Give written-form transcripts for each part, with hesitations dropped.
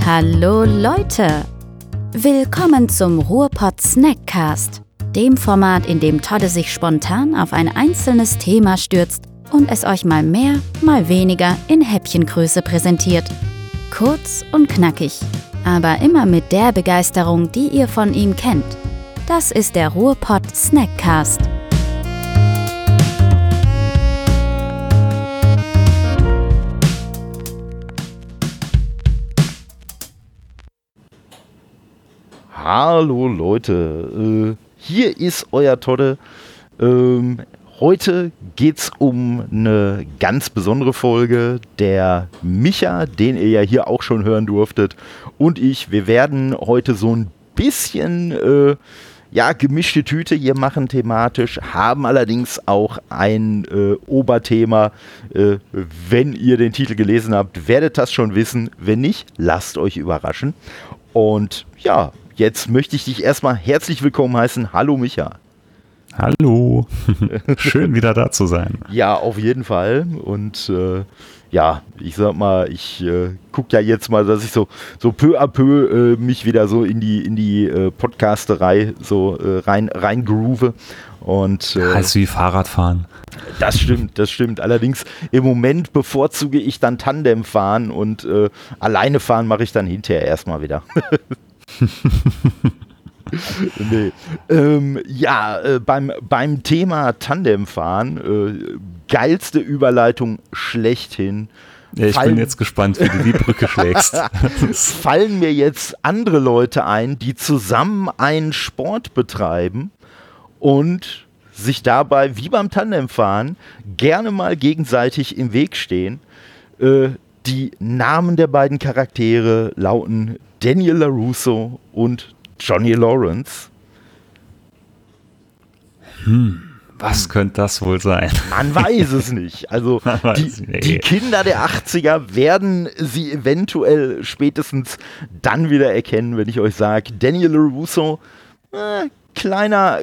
Hallo Leute! Willkommen zum Ruhrpott Snackcast, dem Format, in dem Todde sich spontan auf ein einzelnes Thema stürzt und es euch mal mehr, mal weniger in Häppchengröße präsentiert. Kurz und knackig, aber immer mit der Begeisterung, die ihr von ihm kennt. Das ist der Ruhrpott Snackcast. Hallo Leute, hier ist euer Todde. Heute geht's um eine ganz besondere Folge. Der Micha, den ihr ja hier auch schon hören durftet, und ich, wir werden heute so ein bisschen gemischte Tüte hier machen thematisch, haben allerdings auch ein Oberthema. Wenn ihr den Titel gelesen habt, werdet das schon wissen. Wenn nicht, lasst euch überraschen. Und ja, jetzt möchte ich dich erstmal herzlich willkommen heißen. Hallo Micha. Hallo. Schön wieder da zu sein. Ja, auf jeden Fall. Und ich sag mal, ich gucke ja jetzt mal, dass ich so peu à peu mich wieder so in die Podcasterei so rein groove. Und heißt wie Fahrradfahren. Das stimmt. Allerdings im Moment bevorzuge ich dann Tandem fahren und alleine fahren mache ich dann hinterher erstmal wieder. Nee. Beim Thema Tandemfahren, geilste Überleitung schlechthin. Ja, ich bin jetzt gespannt, wie du die Brücke schlägst. Fallen mir jetzt andere Leute ein, die zusammen einen Sport betreiben und sich dabei, wie beim Tandemfahren, gerne mal gegenseitig im Weg stehen. Die Namen der beiden Charaktere lauten Daniel LaRusso und Johnny Lawrence. Was könnte das wohl sein? Man weiß es nicht. Also die Kinder der 80er werden sie eventuell spätestens dann wieder erkennen, wenn ich euch sage, Daniel LaRusso, kleiner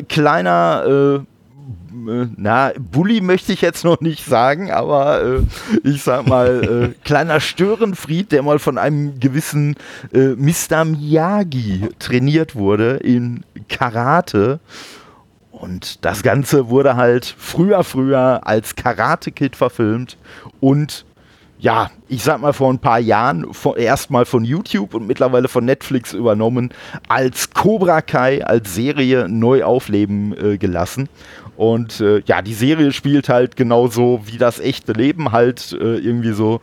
Bully möchte ich jetzt noch nicht sagen, aber ich sag mal, kleiner Störenfried, der mal von einem gewissen Mr. Miyagi trainiert wurde in Karate. Und das Ganze wurde halt früher als Karate Kid verfilmt und ja, ich sag mal vor ein paar Jahren erstmal von YouTube und mittlerweile von Netflix übernommen, als Cobra Kai, als Serie neu aufleben gelassen. Und die Serie spielt halt genauso wie das echte Leben halt irgendwie so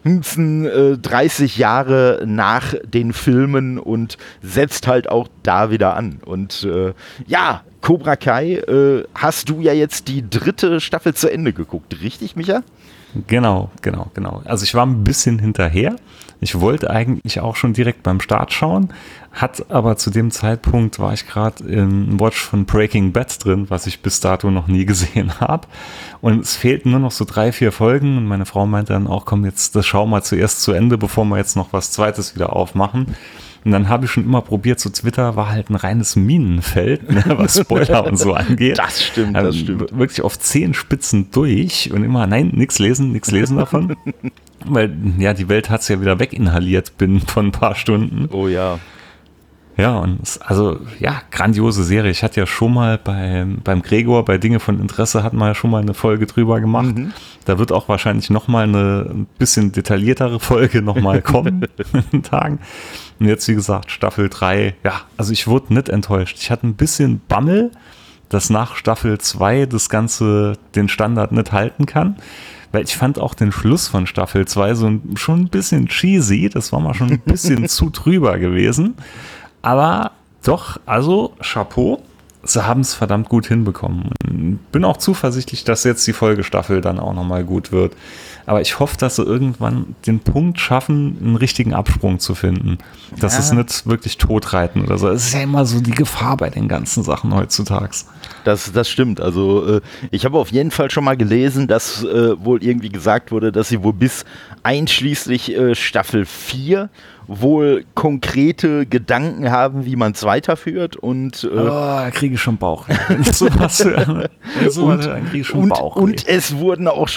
30 Jahre nach den Filmen und setzt halt auch da wieder an. Und Cobra Kai hast du ja jetzt die 3. Staffel zu Ende geguckt, richtig, Micha? Genau. Also ich war ein bisschen hinterher. Ich wollte eigentlich auch schon direkt beim Start schauen, aber zu dem Zeitpunkt war ich gerade im Watch von Breaking Bad drin, was ich bis dato noch nie gesehen habe. Und es fehlten nur noch so 3-4 Folgen und meine Frau meinte dann auch, komm, jetzt das schauen wir zuerst zu Ende, bevor wir jetzt noch was Zweites wieder aufmachen. Und dann habe ich schon immer probiert, so Twitter war halt ein reines Minenfeld, ne, was Spoiler und so angeht. Das stimmt. Wirklich auf Zehenspitzen durch und immer, nein, nichts lesen davon. Weil, ja, die Welt hat es ja wieder weginhaliert binnen von ein paar Stunden. Oh ja. Ja, und grandiose Serie. Ich hatte ja schon mal beim Gregor, bei Dinge von Interesse, hatten wir ja schon mal eine Folge drüber gemacht. Da wird auch wahrscheinlich nochmal eine ein bisschen detailliertere Folge nochmal kommen in den Tagen. Und jetzt, wie gesagt, Staffel 3, also ich wurde nicht enttäuscht. Ich hatte ein bisschen Bammel, dass nach Staffel 2 das Ganze den Standard nicht halten kann. Weil ich fand auch den Schluss von Staffel 2 schon ein bisschen cheesy. Das war mal schon ein bisschen zu drüber gewesen. Aber doch, also Chapeau, sie haben es verdammt gut hinbekommen. Bin auch zuversichtlich, dass jetzt die Folgestaffel dann auch nochmal gut wird. Aber ich hoffe, dass sie irgendwann den Punkt schaffen, einen richtigen Absprung zu finden. Dass es nicht wirklich totreiten oder so. Es ist ja immer so die Gefahr bei den ganzen Sachen heutzutage. Das stimmt. Also ich habe auf jeden Fall schon mal gelesen, dass wohl irgendwie gesagt wurde, dass sie wohl bis einschließlich Staffel 4 wohl konkrete Gedanken haben, wie man es weiterführt und da kriege ich schon Bauch. Wenn ich sowas höre, dann kriege ich schon Bauch. Und es wurde auch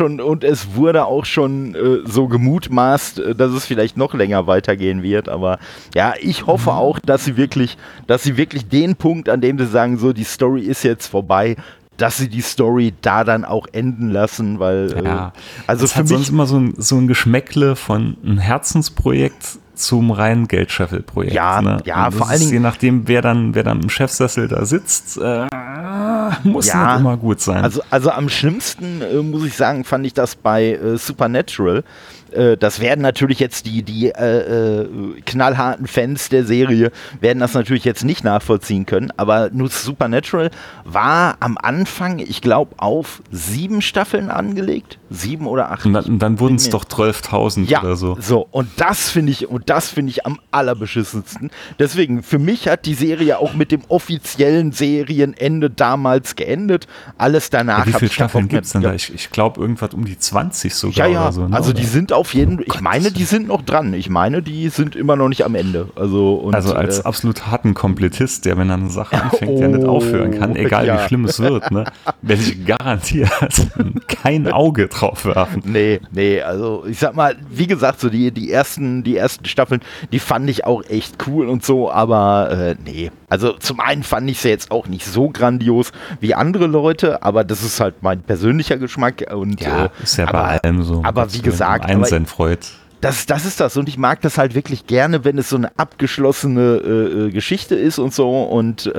schon so gemutmaßt, dass es vielleicht noch länger weitergehen wird, aber ja, ich hoffe auch, dass sie wirklich den Punkt, an dem sie sagen, so die Story ist jetzt vorbei, dass sie die Story da dann auch enden lassen, weil also es hat sonst immer so ein Geschmäckle von einem Herzensprojekt zum reinen Geldscheffelprojekt. Ja, ne? ja, vor allen Dingen, je nachdem, wer dann im Chefsessel da sitzt, muss nicht immer gut sein. Also am schlimmsten, muss ich sagen, fand ich das bei Supernatural. Das werden natürlich jetzt die knallharten Fans der Serie werden das natürlich jetzt nicht nachvollziehen können, aber nur Supernatural war am Anfang, ich glaube, auf 7 Staffeln angelegt. 7 oder 8. Und dann wurden es doch 12.000 oder so. So, und das finde ich am allerbeschissensten. Deswegen, für mich hat die Serie auch mit dem offiziellen Serienende damals geendet. Alles danach. Wie viele Staffeln gibt es denn da? Ich glaube, irgendwas um die 20 sogar oder so. Ne? Also die sind auf jeden Fall, ich meine, die sind noch dran. Ich meine, die sind immer noch nicht am Ende. Also als absolut harten Komplettist, der, wenn er eine Sache anfängt, ja nicht aufhören kann, egal wie schlimm es wird, ne? Werde ich garantiert kein Auge drauf werfen. Nee, also ich sag mal, wie gesagt, so die ersten Staffeln, die fand ich auch echt cool und so, aber nee. Also zum einen fand ich sie jetzt auch nicht so grandios wie andere Leute, aber das ist halt mein persönlicher Geschmack. Und, ist ja bei allem so. Aber wie gesagt, freut. Das ist das und ich mag das halt wirklich gerne, wenn es so eine abgeschlossene Geschichte ist und so und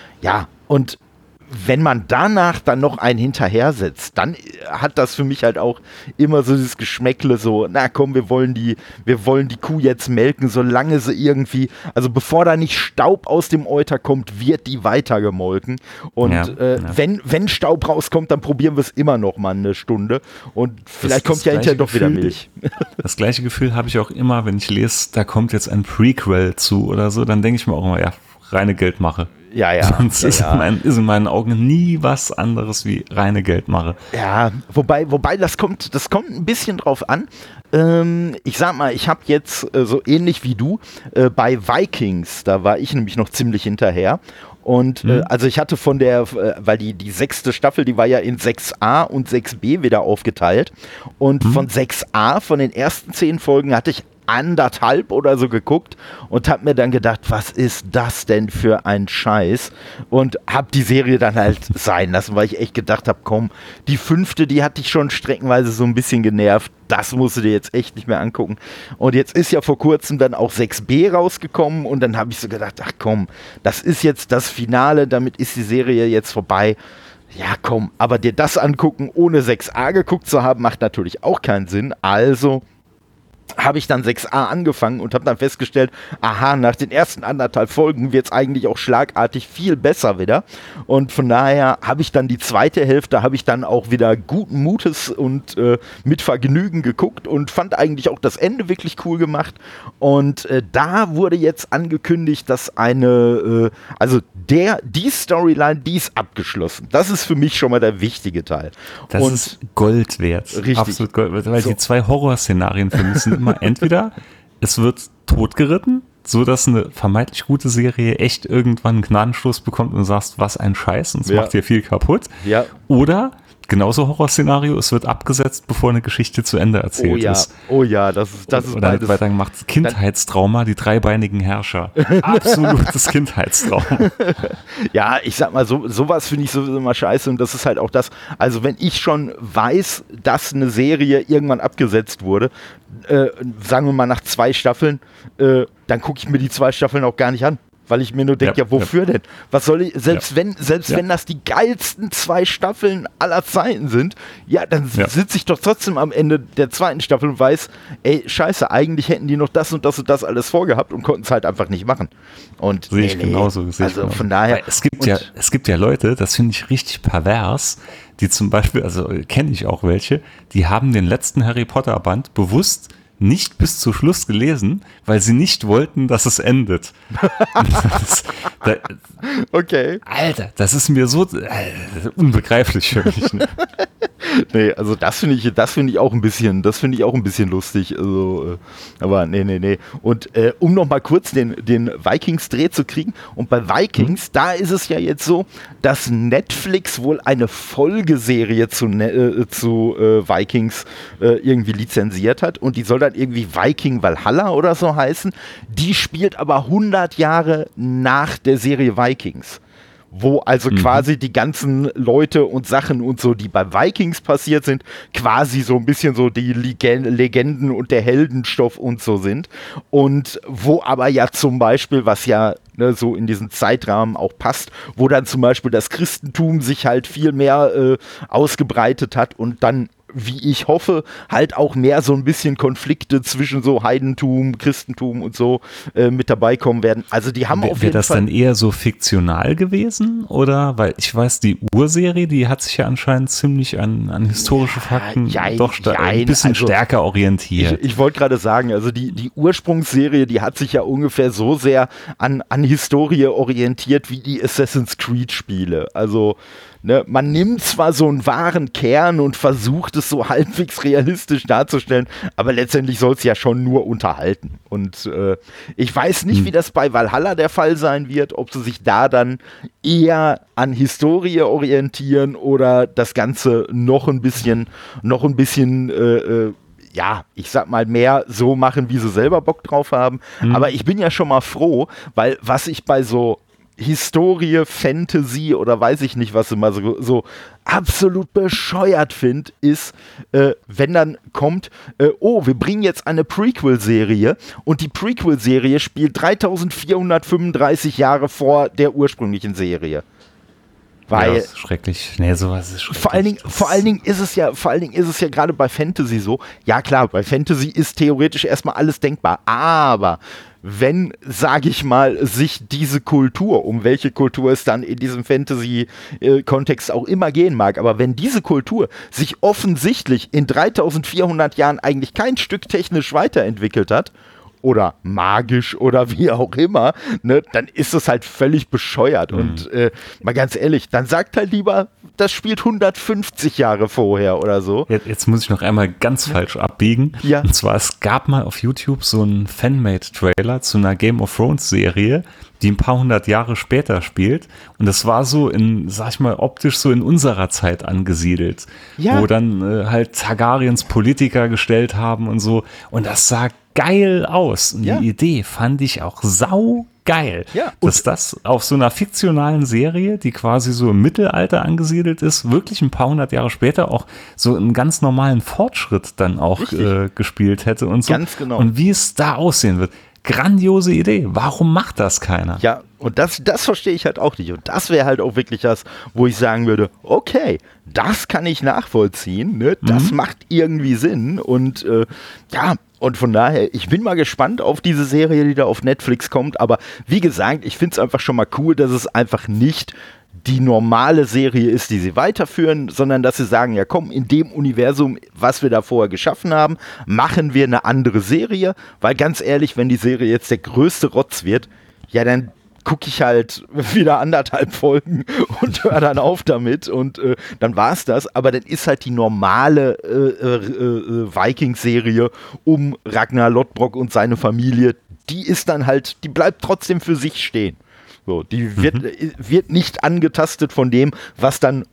und wenn man danach dann noch einen hinterher setzt, dann hat das für mich halt auch immer so dieses Geschmäckle so, na komm, wir wollen die Kuh jetzt melken, solange sie irgendwie, also bevor da nicht Staub aus dem Euter kommt, wird die weiter gemolken und wenn Staub rauskommt, dann probieren wir es immer noch mal eine Stunde und vielleicht kommt ja hinterher doch wieder Milch. Das gleiche Gefühl habe ich auch immer, wenn ich lese, da kommt jetzt ein Prequel zu oder so, dann denke ich mir auch immer, ja, reine Geldmache. Ja. Sonst ist in meinen Augen nie was anderes wie reine Geldmache. Ja, wobei das kommt ein bisschen drauf an. Ich sag mal, ich habe jetzt so ähnlich wie du bei Vikings, da war ich nämlich noch ziemlich hinterher. Und also ich hatte von weil die 6. Staffel, die war ja in 6a und 6b wieder aufgeteilt. Und von 6a, von den ersten 10 Folgen, hatte ich 1,5 oder so geguckt und habe mir dann gedacht, was ist das denn für ein Scheiß? Und habe die Serie dann halt sein lassen, weil ich echt gedacht habe, komm, die 5., die hat dich schon streckenweise so ein bisschen genervt. Das musst du dir jetzt echt nicht mehr angucken. Und jetzt ist ja vor kurzem dann auch 6b rausgekommen und dann habe ich so gedacht, ach komm, das ist jetzt das Finale, damit ist die Serie jetzt vorbei. Ja komm, aber dir das angucken, ohne 6a geguckt zu haben, macht natürlich auch keinen Sinn. Also habe ich dann 6a angefangen und habe dann festgestellt, aha, nach den ersten 1,5 Folgen wird es eigentlich auch schlagartig viel besser wieder. Und von daher habe ich dann die zweite Hälfte, habe ich dann auch wieder guten Mutes und mit Vergnügen geguckt und fand eigentlich auch das Ende wirklich cool gemacht. Und da wurde jetzt angekündigt, dass die Storyline, die ist abgeschlossen. Das ist für mich schon mal der wichtige Teil. Das ist Gold wert. Richtig. Absolut Gold wert, weil die 2 Horrorszenarien für mich sind immer entweder es wird totgeritten, so dass eine vermeintlich gute Serie echt irgendwann einen Gnadenstoß bekommt und du sagst, was ein Scheiß und es macht dir viel kaputt. Ja. Oder genauso Horrorszenario, es wird abgesetzt, bevor eine Geschichte zu Ende erzählt ist. Oh ja, das ist oder halt weitergemacht. Kindheitstrauma, die 3-beinigen Herrscher. Absolutes Kindheitstrauma. Ja, ich sag mal, sowas finde ich sowieso immer scheiße und das ist halt auch das, also wenn ich schon weiß, dass eine Serie irgendwann abgesetzt wurde, sagen wir mal nach 2 Staffeln, dann gucke ich mir die 2 Staffeln auch gar nicht an. Weil ich mir nur denke, wofür denn? Was soll ich, selbst wenn das die geilsten 2 Staffeln aller Zeiten sind, dann sitze ich doch trotzdem am Ende der 2. Staffel und weiß, ey, scheiße, eigentlich hätten die noch das und das und das alles vorgehabt und konnten es halt einfach nicht machen. Und sehe ich genauso. Also von daher. Weil es gibt ja Leute, das finde ich richtig pervers, die zum Beispiel, also kenne ich auch welche, die haben den letzten Harry Potter Band bewusst nicht bis zum Schluss gelesen, weil sie nicht wollten, dass es endet. Okay. Alter, das ist mir so unbegreiflich für mich. Ne? Nee, also das finde ich auch ein bisschen lustig. Also, aber nee. Und um noch mal kurz den Vikings-Dreh zu kriegen, und bei Vikings, da ist es ja jetzt so, dass Netflix wohl eine Folgeserie zu Vikings irgendwie lizenziert hat, und die soll dann irgendwie Viking Valhalla oder so heißen. Die spielt aber 100 Jahre nach der Serie Vikings. Wo also quasi die ganzen Leute und Sachen und so, die bei Vikings passiert sind, quasi so ein bisschen so die Legenden und der Heldenstoff und so sind. Und wo aber ja zum Beispiel, was ja so in diesen Zeitrahmen auch passt, wo dann zum Beispiel das Christentum sich halt viel mehr ausgebreitet hat und dann, wie ich hoffe, halt auch mehr so ein bisschen Konflikte zwischen so Heidentum, Christentum und so mit dabei kommen werden. Also die haben auf jeden Fall... Wäre das dann eher so fiktional gewesen? Oder? Weil ich weiß, die Urserie, die hat sich ja anscheinend ziemlich an historische Fakten doch ein bisschen stärker orientiert. Ich wollte gerade sagen, also die Ursprungsserie, die hat sich ja ungefähr so sehr an Historie orientiert wie die Assassin's Creed Spiele. Also man nimmt zwar so einen wahren Kern und versucht es so halbwegs realistisch darzustellen, aber letztendlich soll es ja schon nur unterhalten. Und ich weiß nicht, wie das bei Valhalla der Fall sein wird, ob sie sich da dann eher an Historie orientieren oder das Ganze noch ein bisschen ja, ich sag mal, mehr so machen, wie sie selber Bock drauf haben. Aber ich bin ja schon mal froh, weil was ich bei so Historie, Fantasy oder weiß ich nicht, was immer so absolut bescheuert finde, ist, wenn dann kommt, wir bringen jetzt eine Prequel-Serie, und die Prequel-Serie spielt 3435 Jahre vor der ursprünglichen Serie. Weil, ja, das ist schrecklich. Nee, sowas ist schrecklich. Vor allen Dingen ist es ja gerade bei Fantasy so. Ja klar, bei Fantasy ist theoretisch erstmal alles denkbar, aber wenn, sage ich mal, sich diese Kultur, um welche Kultur es dann in diesem Fantasy-Kontext auch immer gehen mag, aber wenn diese Kultur sich offensichtlich in 3400 Jahren eigentlich kein Stück technisch weiterentwickelt hat, oder magisch oder wie auch immer, dann ist es halt völlig bescheuert. Und mal ganz ehrlich, dann sagt halt lieber, das spielt 150 Jahre vorher oder so. Jetzt muss ich noch einmal ganz falsch abbiegen. Ja. Und zwar, es gab mal auf YouTube so einen Fanmade-Trailer zu einer Game of Thrones-Serie, die ein paar hundert Jahre später spielt. Und das war so sag ich mal, optisch so in unserer Zeit angesiedelt. Ja. Wo dann halt Targaryens Politiker gestellt haben und so. Und das sah geil aus. Und die Idee fand ich auch saugeil. Ja, dass das auf so einer fiktionalen Serie, die quasi so im Mittelalter angesiedelt ist, wirklich ein paar hundert Jahre später auch so einen ganz normalen Fortschritt dann auch gespielt hätte und so. Ganz genau. Und wie es da aussehen wird. Grandiose Idee. Warum macht das keiner? Ja, und das verstehe ich halt auch nicht. Und das wäre halt auch wirklich das, wo ich sagen würde, okay, das kann ich nachvollziehen. Das macht irgendwie Sinn. Und und von daher, ich bin mal gespannt auf diese Serie, die da auf Netflix kommt. Aber wie gesagt, ich finde es einfach schon mal cool, dass es einfach nicht die normale Serie ist, die sie weiterführen, sondern dass sie sagen, ja komm, in dem Universum, was wir da vorher geschaffen haben, machen wir eine andere Serie, weil ganz ehrlich, wenn die Serie jetzt der größte Rotz wird, ja dann gucke ich halt wieder 1,5 Folgen und höre dann auf damit und dann war's das, aber dann ist halt die normale Vikings-Serie um Ragnar Lodbrok und seine Familie, die ist dann halt, die bleibt trotzdem für sich stehen. So, die wird nicht angetastet von dem, was dann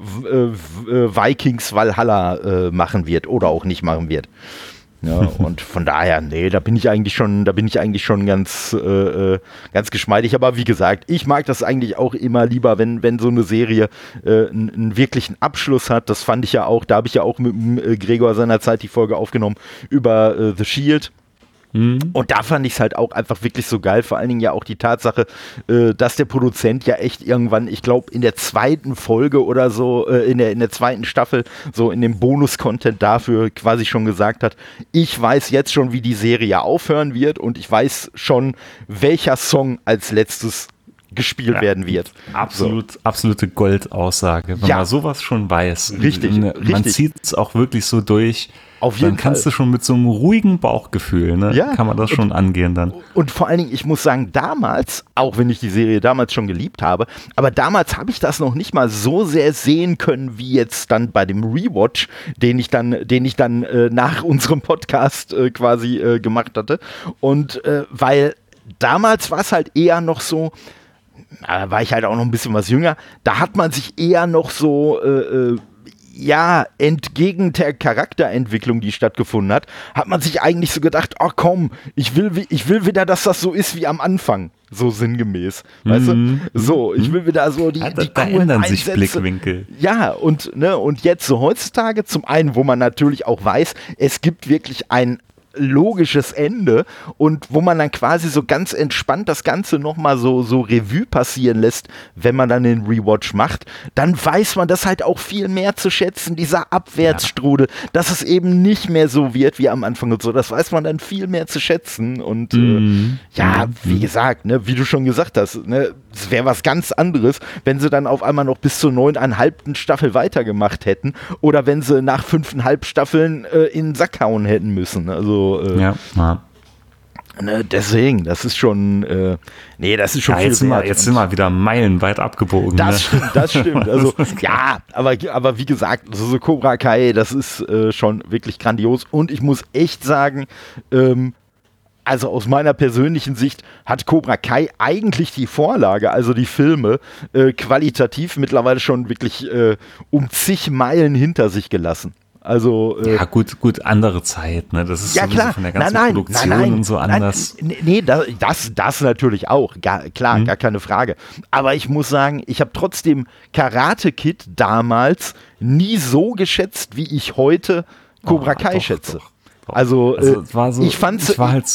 Vikings Valhalla machen wird oder auch nicht machen wird. Ja, und von daher, da bin ich eigentlich schon ganz geschmeidig. Aber wie gesagt, ich mag das eigentlich auch immer lieber, wenn so eine Serie einen wirklichen Abschluss hat. Das fand ich ja auch, da habe ich ja auch mit Gregor seinerzeit die Folge aufgenommen über The Shield. Und da fand ich es halt auch einfach wirklich so geil, vor allen Dingen ja auch die Tatsache, dass der Produzent ja echt irgendwann, ich glaube in der zweiten Folge oder so, in der zweiten Staffel, so in dem Bonus-Content dafür quasi schon gesagt hat, ich weiß jetzt schon, wie die Serie aufhören wird und ich weiß schon, welcher Song als letztes gespielt werden wird. Absolute Goldaussage. Wenn man sowas schon weiß. Richtig. Man zieht es auch wirklich so durch. Auf jeden dann kannst du schon mit so einem ruhigen Bauchgefühl, ne, kann man das schon angehen dann. Und vor allen Dingen, ich muss sagen, damals, auch wenn ich die Serie damals schon geliebt habe, aber damals habe ich das noch nicht mal so sehr sehen können, wie jetzt dann bei dem Rewatch, den ich dann nach unserem Podcast quasi gemacht hatte. Und weil damals war es halt eher noch so, da war ich halt auch noch ein bisschen was jünger, da hat man sich eher noch so entgegen der Charakterentwicklung, die stattgefunden hat man sich eigentlich so gedacht, oh komm, ich will wieder, dass das so ist wie am Anfang, so sinngemäß, weißt du? So, ich will wieder so die da ändern sich Blickwinkel. Ja, und jetzt so heutzutage, zum einen, wo man natürlich auch weiß, es gibt wirklich ein logisches Ende und wo man dann quasi so ganz entspannt das Ganze nochmal so Revue passieren lässt, wenn man dann den Rewatch macht, dann weiß man das halt auch viel mehr zu schätzen, dieser Abwärtsstrudel, dass es eben nicht mehr so wird wie am Anfang und so, das weiß man dann viel mehr zu schätzen und wie gesagt, ne, wie du schon gesagt hast, ne, es wäre was ganz anderes, wenn sie dann auf einmal noch bis zur 9,5. Staffel weitergemacht hätten oder wenn sie nach 5,5 Staffeln in den Sack hauen hätten müssen. Also ne, deswegen, das ist schon das ist schon viel wert. Jetzt sind wir wieder meilenweit abgebogen. Das stimmt. Also aber wie gesagt, so Cobra Kai, das ist schon wirklich grandios und ich muss echt sagen, also aus meiner persönlichen Sicht hat Cobra Kai eigentlich die Vorlage, also die Filme, qualitativ mittlerweile schon wirklich um zig Meilen hinter sich natürlich Also, ja, gut, andere Zeit, ne? Das ist ja klar, von der ganzen Produktion und so anders. Nee, das natürlich auch, gar keine Frage. Aber ich muss sagen, ich habe trotzdem Karate Kid damals nie so geschätzt, wie ich heute Cobra Kai schätze. Doch. Also war so, ich war halt.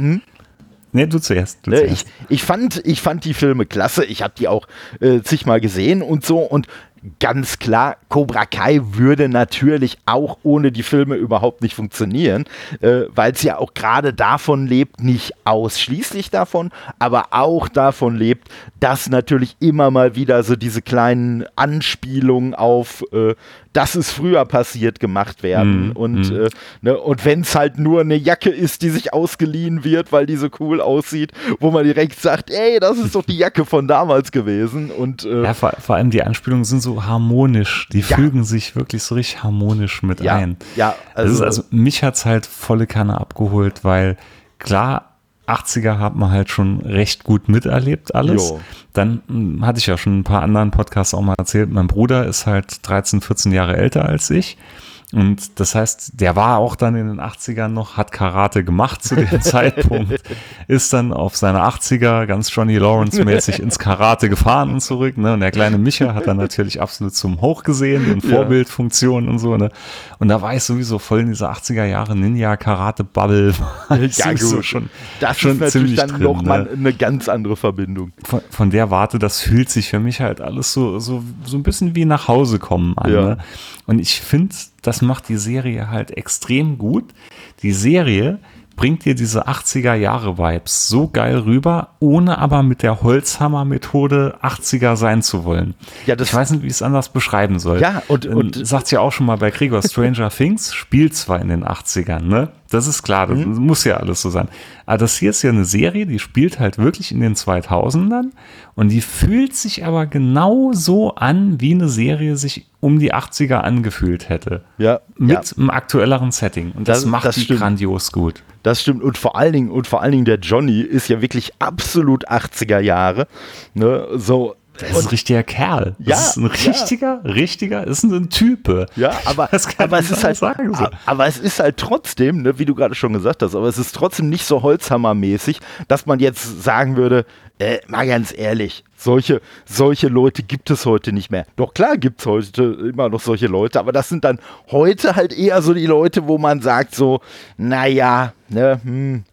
Nee, du zuerst. Ich fand die Filme klasse. Ich habe die auch zigmal gesehen und so. Und ganz klar, Cobra Kai würde natürlich auch ohne die Filme überhaupt nicht funktionieren, weil es ja auch gerade davon lebt, nicht ausschließlich davon, aber auch davon lebt, dass natürlich immer mal wieder so diese kleinen Anspielungen auf das ist früher passiert gemacht werden und wenn es halt nur eine Jacke ist, die sich ausgeliehen wird, weil die so cool aussieht, wo man direkt sagt, ey, das ist doch die Jacke von damals gewesen und vor allem die Anspielungen sind so harmonisch, die fügen sich wirklich so richtig harmonisch mit ein. Ja, also mich hat's halt volle Kanne abgeholt, weil klar, 80er hat man halt schon recht gut miterlebt alles. Jo. Dann hatte ich ja schon ein paar anderen Podcasts auch mal erzählt, mein Bruder ist halt 13, 14 Jahre älter als ich. Und das heißt, der war auch dann in den 80ern noch, hat Karate gemacht zu dem Zeitpunkt, ist dann auf seine 80er ganz Johnny Lawrence-mäßig ins Karate gefahren und zurück. Ne? Und der kleine Micha hat dann natürlich absolut zum Hoch gesehen und Vorbildfunktion und so. Ne? Und da war ich sowieso voll in dieser 80er Jahre Ninja-Karate-Bubble. Ja, gut. Schon, das schon ist natürlich dann drin, nochmal eine ganz andere Verbindung. Von der Warte, das fühlt sich für mich halt alles so ein bisschen wie nach Hause kommen an. Ja. Ne? Und ich finde, das macht die Serie halt extrem gut. Die Serie bringt dir diese 80er-Jahre-Vibes so geil rüber, ohne aber mit der Holzhammer-Methode 80er sein zu wollen. Ja, ich weiß nicht, wie ich es anders beschreiben soll. Ja, und sagt ja auch schon mal bei Gregor, Stranger Things spielt zwar in den 80ern, ne? Das ist klar, das muss ja alles so sein. Aber das hier ist ja eine Serie, die spielt halt wirklich in den 2000ern und die fühlt sich aber genau so an, wie eine Serie sich um die 80er angefühlt hätte. Ja. Mit einem aktuelleren Setting. Und das macht die grandios gut. Das stimmt. Und vor allen Dingen der Johnny ist ja wirklich absolut 80er Jahre. Ne? So. Das ist ein richtiger Kerl. Das ist ein richtiger, ist ein Type. Ja, aber es ist halt, sagen, so. Aber es ist halt trotzdem, ne, wie du gerade schon gesagt hast, aber es ist trotzdem nicht so Holzhammermäßig, dass man jetzt sagen würde, mal ganz ehrlich, solche Leute gibt es heute nicht mehr. Doch klar gibt es heute immer noch solche Leute, aber das sind dann heute halt eher so die Leute, wo man sagt so, naja, ne,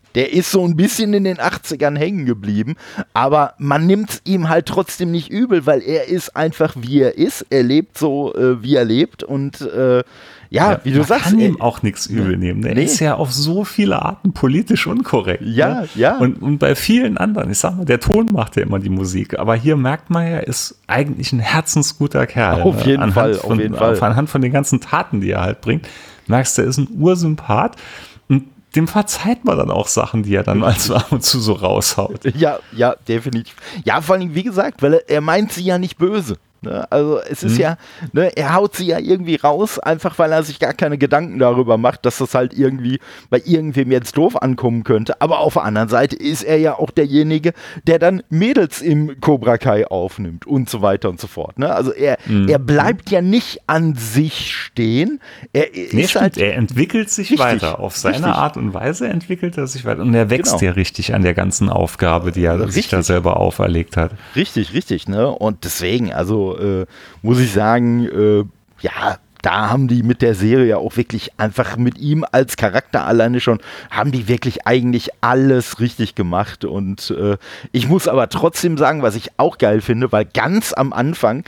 Der ist so ein bisschen in den 80ern hängen geblieben, aber man nimmt es ihm halt trotzdem nicht übel, weil er ist einfach, wie er ist. Er lebt so, wie er lebt und wie du sagst. Man kann ihm auch nichts übel nehmen. Der ist ja auf so viele Arten politisch unkorrekt. Ja, ne? ja. Und bei vielen anderen, ich sag mal, der Ton macht ja immer die Musik, aber hier merkt man ja, er ist eigentlich ein herzensguter Kerl. Auf jeden Fall. Anhand von den ganzen Taten, die er halt bringt, merkst du, er ist ein Ursympath und dem verzeiht man dann auch Sachen, die er dann als ab und zu so raushaut. Ja, definitiv. Ja, vor allem, wie gesagt, weil er meint sie ja nicht böse. Ne? Also es ist ja, ne, er haut sie ja irgendwie raus, einfach weil er sich gar keine Gedanken darüber macht, dass das halt irgendwie bei irgendwem jetzt doof ankommen könnte. Aber auf der anderen Seite ist er ja auch derjenige, der dann Mädels im Cobra Kai aufnimmt und so weiter und so fort. Ne? Also er bleibt ja nicht an sich stehen. Er entwickelt sich weiter. Auf seine Art und Weise entwickelt er sich weiter. Und er wächst ja richtig an der ganzen Aufgabe, die er sich da selber auferlegt hat. Richtig. Ne? Und deswegen, also muss ich sagen, da haben die mit der Serie auch wirklich einfach mit ihm als Charakter alleine schon, haben die wirklich eigentlich alles richtig gemacht. Und ich muss aber trotzdem sagen, was ich auch geil finde, weil ganz am Anfang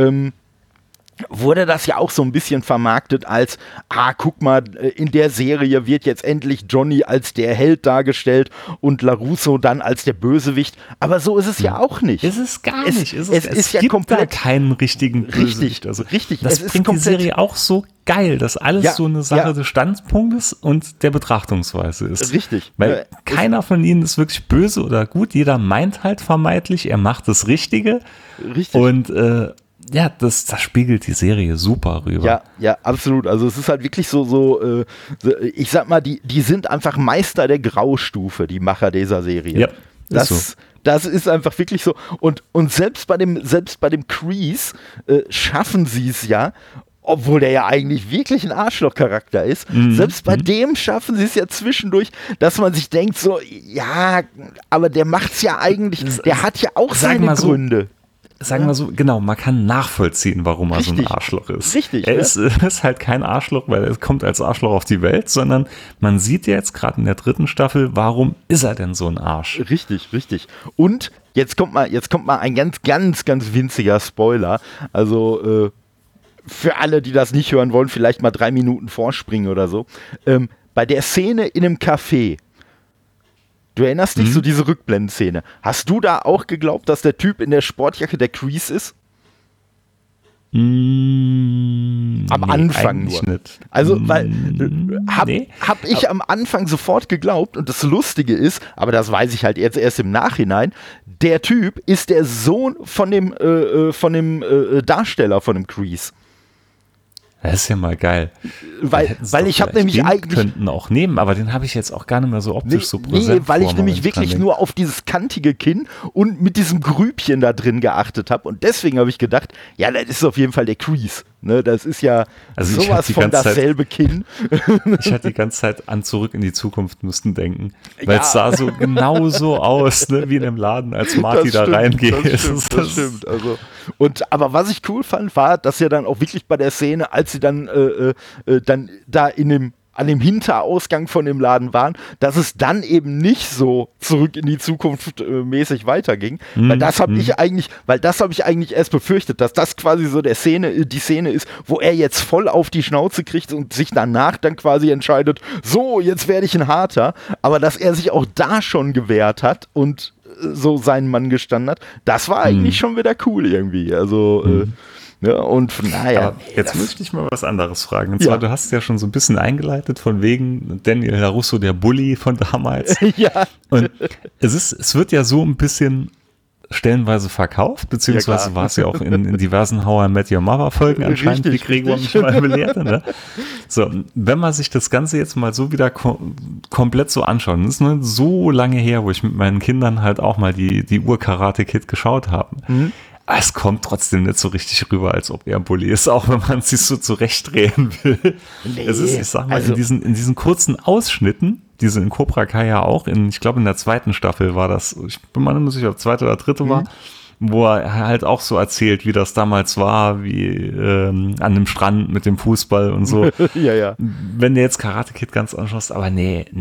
wurde das ja auch so ein bisschen vermarktet als, guck mal, in der Serie wird jetzt endlich Johnny als der Held dargestellt und LaRusso dann als der Bösewicht. Aber so ist es ja auch nicht. Es ist gar nicht. Es ist ja gibt komplett da keinen richtigen Bösewicht. Richtig. Das bringt die Serie auch so geil, dass alles so eine Sache des Standpunktes und der Betrachtungsweise ist. Richtig. Weil keiner von ihnen ist wirklich böse oder gut. Jeder meint halt vermeintlich, er macht das Richtige. Richtig. Und das spiegelt die Serie super rüber. Ja, absolut. Also es ist halt wirklich so ich sag mal, die sind einfach Meister der Graustufe, die Macher dieser Serie. Ja, das ist einfach wirklich so. Und selbst bei dem Kreese schaffen sie es ja, obwohl der ja eigentlich wirklich ein Arschloch-Charakter ist, selbst bei dem schaffen sie es ja zwischendurch, dass man sich denkt so, ja, aber der macht's ja eigentlich, der hat ja auch seine Gründe. Sagen wir so, genau, man kann nachvollziehen, warum er so ein Arschloch ist. Richtig. Er ist halt kein Arschloch, weil er kommt als Arschloch auf die Welt, sondern man sieht ja jetzt gerade in der 3. Staffel, warum ist er denn so ein Arsch? Richtig. Und jetzt kommt mal ein ganz, ganz, ganz winziger Spoiler. Also für alle, die das nicht hören wollen, vielleicht mal 3 Minuten vorspringen oder so. Bei der Szene in einem Café, du erinnerst dich, so diese Rückblendenszene. Hast du da auch geglaubt, dass der Typ in der Sportjacke der Kreese ist? Am Anfang nur. Nicht. Also, weil hab ich am Anfang sofort geglaubt, und das Lustige ist, aber das weiß ich halt jetzt erst im Nachhinein, der Typ ist der Sohn von dem Darsteller von dem Kreese. Das ist ja mal geil. Weil ich habe nämlich eigentlich... könnten auch nehmen, aber den habe ich jetzt auch gar nicht mehr so optisch so präsent. Nee, weil ich nämlich wirklich nur auf dieses kantige Kinn und mit diesem Grübchen da drin geachtet habe. Und deswegen habe ich gedacht, ja, das ist auf jeden Fall der Kreese. Ne, das ist ja sowas von dasselbe Kinn. Ich hatte die ganze Zeit an Zurück in die Zukunft müssten denken. Weil es sah so genau so aus, ne, wie in einem Laden, als Marty da reingeht. Das stimmt. Also, aber was ich cool fand, war, dass ja dann auch wirklich bei der Szene, als sie dann da an dem Hinterausgang von dem Laden waren, dass es dann eben nicht so Zurück in die Zukunft mäßig weiterging. Weil das habe ich eigentlich erst befürchtet, dass das quasi so die Szene ist, wo er jetzt voll auf die Schnauze kriegt und sich danach dann quasi entscheidet, so, jetzt werde ich ein Harter. Aber dass er sich auch da schon gewehrt hat und so seinen Mann gestanden hat, das war eigentlich schon wieder cool irgendwie. Also ja, und naja. Jetzt möchte ich mal was anderes fragen. Und zwar, du hast es ja schon so ein bisschen eingeleitet, von wegen Daniel LaRusso, der Bully von damals. Ja. Und es wird ja so ein bisschen stellenweise verkauft, beziehungsweise war es ja auch in diversen How I Met Your Mother Folgen anscheinend, wie Gregor mich mal belehrte. Ne? So, wenn man sich das Ganze jetzt mal so wieder komplett so anschaut, das ist nur so lange her, wo ich mit meinen Kindern halt auch mal die Ur-Karate-Kid geschaut habe. Es kommt trotzdem nicht so richtig rüber, als ob er ein Bully ist, auch wenn man sich so zurechtdrehen will. Nee, es ist, ich sag mal, in diesen kurzen Ausschnitten, diese in Cobra Kai ja auch, ich glaube in der 2. Staffel war das, ich bin mir nicht sicher, ob 2. oder 3. war, wo er halt auch so erzählt, wie das damals war, wie an dem Strand mit dem Fußball und so. Ja. Wenn du jetzt Karate Kid ganz anschaust, aber nee,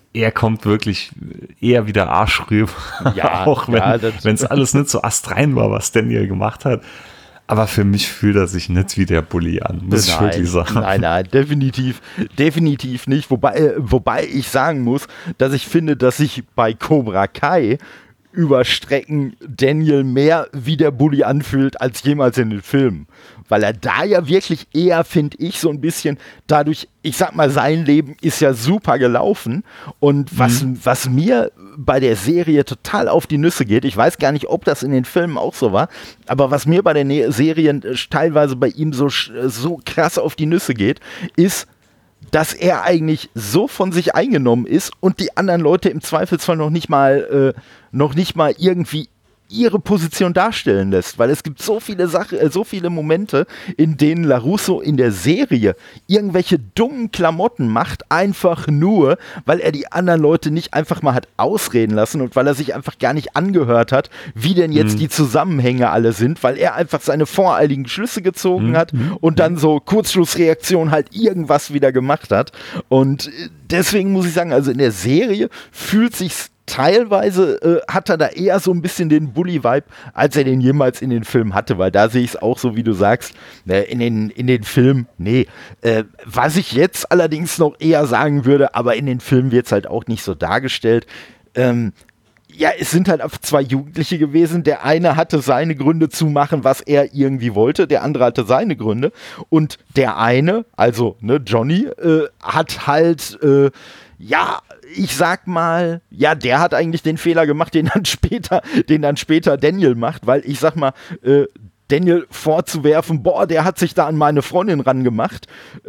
er kommt wirklich eher wieder Arsch rüber, auch wenn es alles nicht so astrein war, was Daniel gemacht hat. Aber für mich fühlt er sich nicht wie der Bully an, muss ich wirklich sagen. Nein, definitiv nicht. Wobei ich sagen muss, dass ich finde, dass sich bei Cobra Kai über Strecken Daniel mehr wie der Bully anfühlt als jemals in den Filmen. Weil er da ja wirklich eher, finde ich, so ein bisschen dadurch, ich sag mal, sein Leben ist ja super gelaufen. Und was mir bei der Serie total auf die Nüsse geht, ich weiß gar nicht, ob das in den Filmen auch so war, aber was mir bei den Serien teilweise bei ihm so krass auf die Nüsse geht, ist, dass er eigentlich so von sich eingenommen ist und die anderen Leute im Zweifelsfall noch nicht mal irgendwie ihre Position darstellen lässt, weil es gibt so viele Momente, in denen LaRusso in der Serie irgendwelche dummen Klamotten macht, einfach nur, weil er die anderen Leute nicht einfach mal hat ausreden lassen und weil er sich einfach gar nicht angehört hat, wie denn jetzt die Zusammenhänge alle sind, weil er einfach seine voreiligen Schlüsse gezogen hat und dann so Kurzschlussreaktion halt irgendwas wieder gemacht hat. Und deswegen muss ich sagen, also in der Serie fühlt sich's teilweise hat er da eher so ein bisschen den Bully-Vibe, als er den jemals in den Filmen hatte, weil da sehe ich es auch so, wie du sagst, in den Filmen, was ich jetzt allerdings noch eher sagen würde, aber in den Filmen wird es halt auch nicht so dargestellt. Es sind halt einfach zwei Jugendliche gewesen. Der eine hatte seine Gründe zu machen, was er irgendwie wollte. Der andere hatte seine Gründe. Und der eine, also Johnny, hat halt ich sag mal, der hat eigentlich den Fehler gemacht, den dann später Daniel macht, weil ich sag mal, Daniel vorzuwerfen, der hat sich da an meine Freundin rangemacht,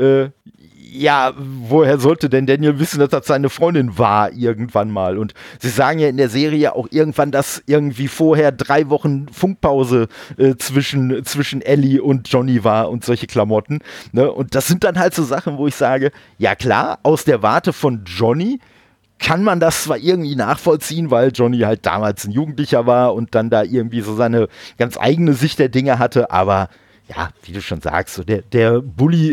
woher sollte denn Daniel wissen, dass das seine Freundin war irgendwann mal? Und sie sagen ja in der Serie auch irgendwann, dass irgendwie vorher 3 Wochen Funkpause zwischen Ellie und Johnny war und solche Klamotten. Ne? Und das sind dann halt so Sachen, wo ich sage, ja klar, aus der Warte von Johnny kann man das zwar irgendwie nachvollziehen, weil Johnny halt damals ein Jugendlicher war und dann da irgendwie so seine ganz eigene Sicht der Dinge hatte, aber ja, wie du schon sagst, so der Bully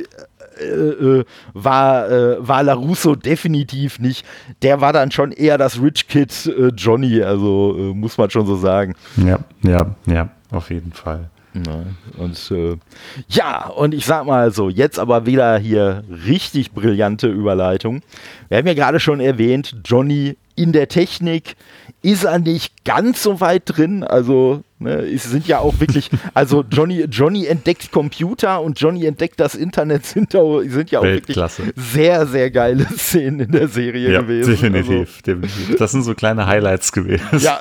war LaRusso definitiv nicht. Der war dann schon eher das Rich Kid Johnny, also muss man schon so sagen. Ja, auf jeden Fall. Und ich sag mal so, jetzt aber wieder hier richtig brillante Überleitung. Wir haben ja gerade schon erwähnt, Johnny in der Technik ist er nicht ganz so weit drin, also es sind ja auch wirklich, also Johnny entdeckt Computer und Johnny entdeckt das Internet, sind ja auch Weltklasse. Wirklich sehr, sehr geile Szenen in der Serie gewesen. Definitiv. Das sind so kleine Highlights gewesen. Ja.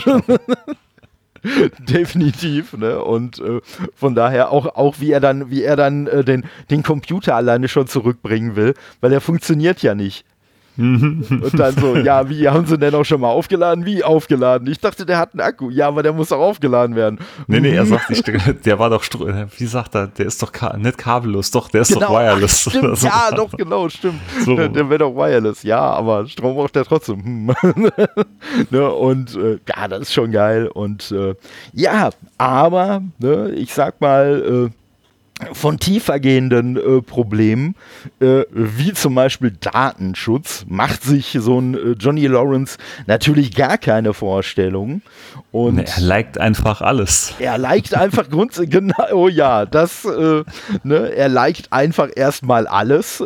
Definitiv, ne? Und von daher auch wie er dann den Computer alleine schon zurückbringen will, weil er funktioniert ja nicht. Und dann so, wie haben sie denn auch schon mal aufgeladen? Wie aufgeladen? Ich dachte, der hat einen Akku. Ja, aber der muss auch aufgeladen werden. Nee, er sagt nicht, der war doch, wie sagt er, der ist doch nicht kabellos, doch, der ist doch wireless. Stimmt, so. Ja, doch, genau, stimmt. So. Der wäre doch wireless, ja, aber Strom braucht der trotzdem. Ne, und das ist schon geil. Und aber, ich sag mal, von tiefergehenden Problemen, wie zum Beispiel Datenschutz, macht sich so ein Johnny Lawrence natürlich gar keine Vorstellung. Und er liked einfach alles. Er liked einfach genau, er liked einfach erstmal alles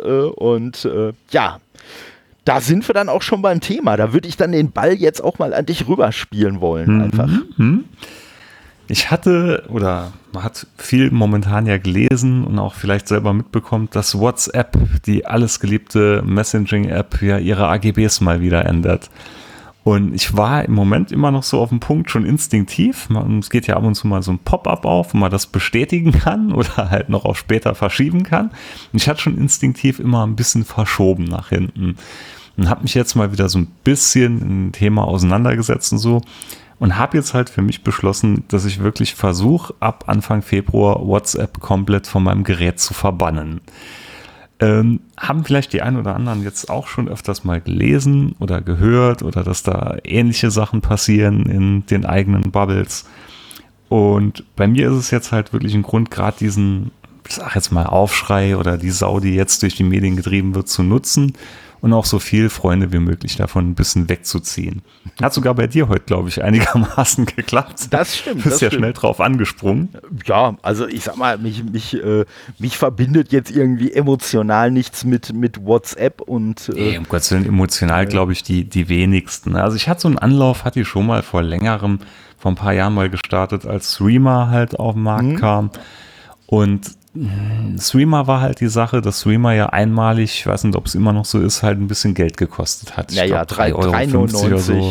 da sind wir dann auch schon beim Thema. Da würde ich dann den Ball jetzt auch mal an dich rüberspielen wollen, einfach. Ich man hat viel momentan ja gelesen und auch vielleicht selber mitbekommen, dass WhatsApp, die alles geliebte Messaging-App, ja ihre AGBs mal wieder ändert. Und ich war im Moment immer noch so auf dem Punkt, schon instinktiv. Es geht ja ab und zu mal so ein Pop-up auf, wo man das bestätigen kann oder halt noch auf später verschieben kann. Und ich hatte schon instinktiv immer ein bisschen verschoben nach hinten. Und habe mich jetzt mal wieder so ein bisschen in ein Thema auseinandergesetzt und so. Und habe jetzt halt für mich beschlossen, dass ich wirklich versuche, ab Anfang Februar WhatsApp komplett von meinem Gerät zu verbannen. Haben vielleicht die einen oder anderen jetzt auch schon öfters mal gelesen oder gehört oder dass da ähnliche Sachen passieren in den eigenen Bubbles. Und bei mir ist es jetzt halt wirklich ein Grund, gerade diesen, ich sag jetzt mal, Aufschrei oder die Sau, die jetzt durch die Medien getrieben wird, zu nutzen, und auch so viel Freunde wie möglich davon ein bisschen wegzuziehen. Hat sogar bei dir heute, glaube ich, einigermaßen geklappt. Das stimmt. Du bist ja schnell drauf angesprungen. Ja, also ich sag mal, mich verbindet jetzt irgendwie emotional nichts mit WhatsApp und Um Gottes Willen, emotional glaube ich die wenigsten. Also ich hatte so einen Anlauf, hatte ich schon mal vor ein paar Jahren mal gestartet, als Threema halt auf den Markt kam. Und Threema war halt die Sache, dass Threema ja einmalig, ich weiß nicht, ob es immer noch so ist, halt ein bisschen Geld gekostet hat. Ich naja, 3,50 € oder so.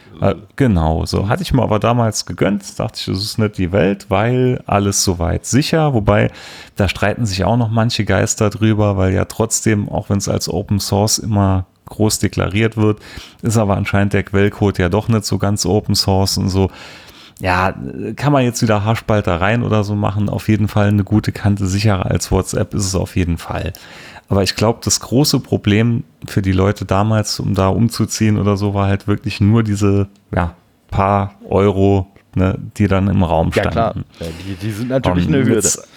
Genau, so hatte ich mir aber damals gegönnt, dachte ich, das ist nicht die Welt, weil alles soweit sicher, wobei da streiten sich auch noch manche Geister drüber, weil ja trotzdem, auch wenn es als Open Source immer groß deklariert wird, ist aber anscheinend der Quellcode ja doch nicht so ganz Open Source und so. Ja, kann man jetzt wieder Haarspaltereien oder so machen, auf jeden Fall eine gute Kante sicherer als WhatsApp ist es auf jeden Fall. Aber ich glaube, das große Problem für die Leute damals, um da umzuziehen oder so, war halt wirklich nur diese paar Euro, ne, die dann im Raum standen. Ja, klar. Die sind natürlich eine Hürde. Jetzt,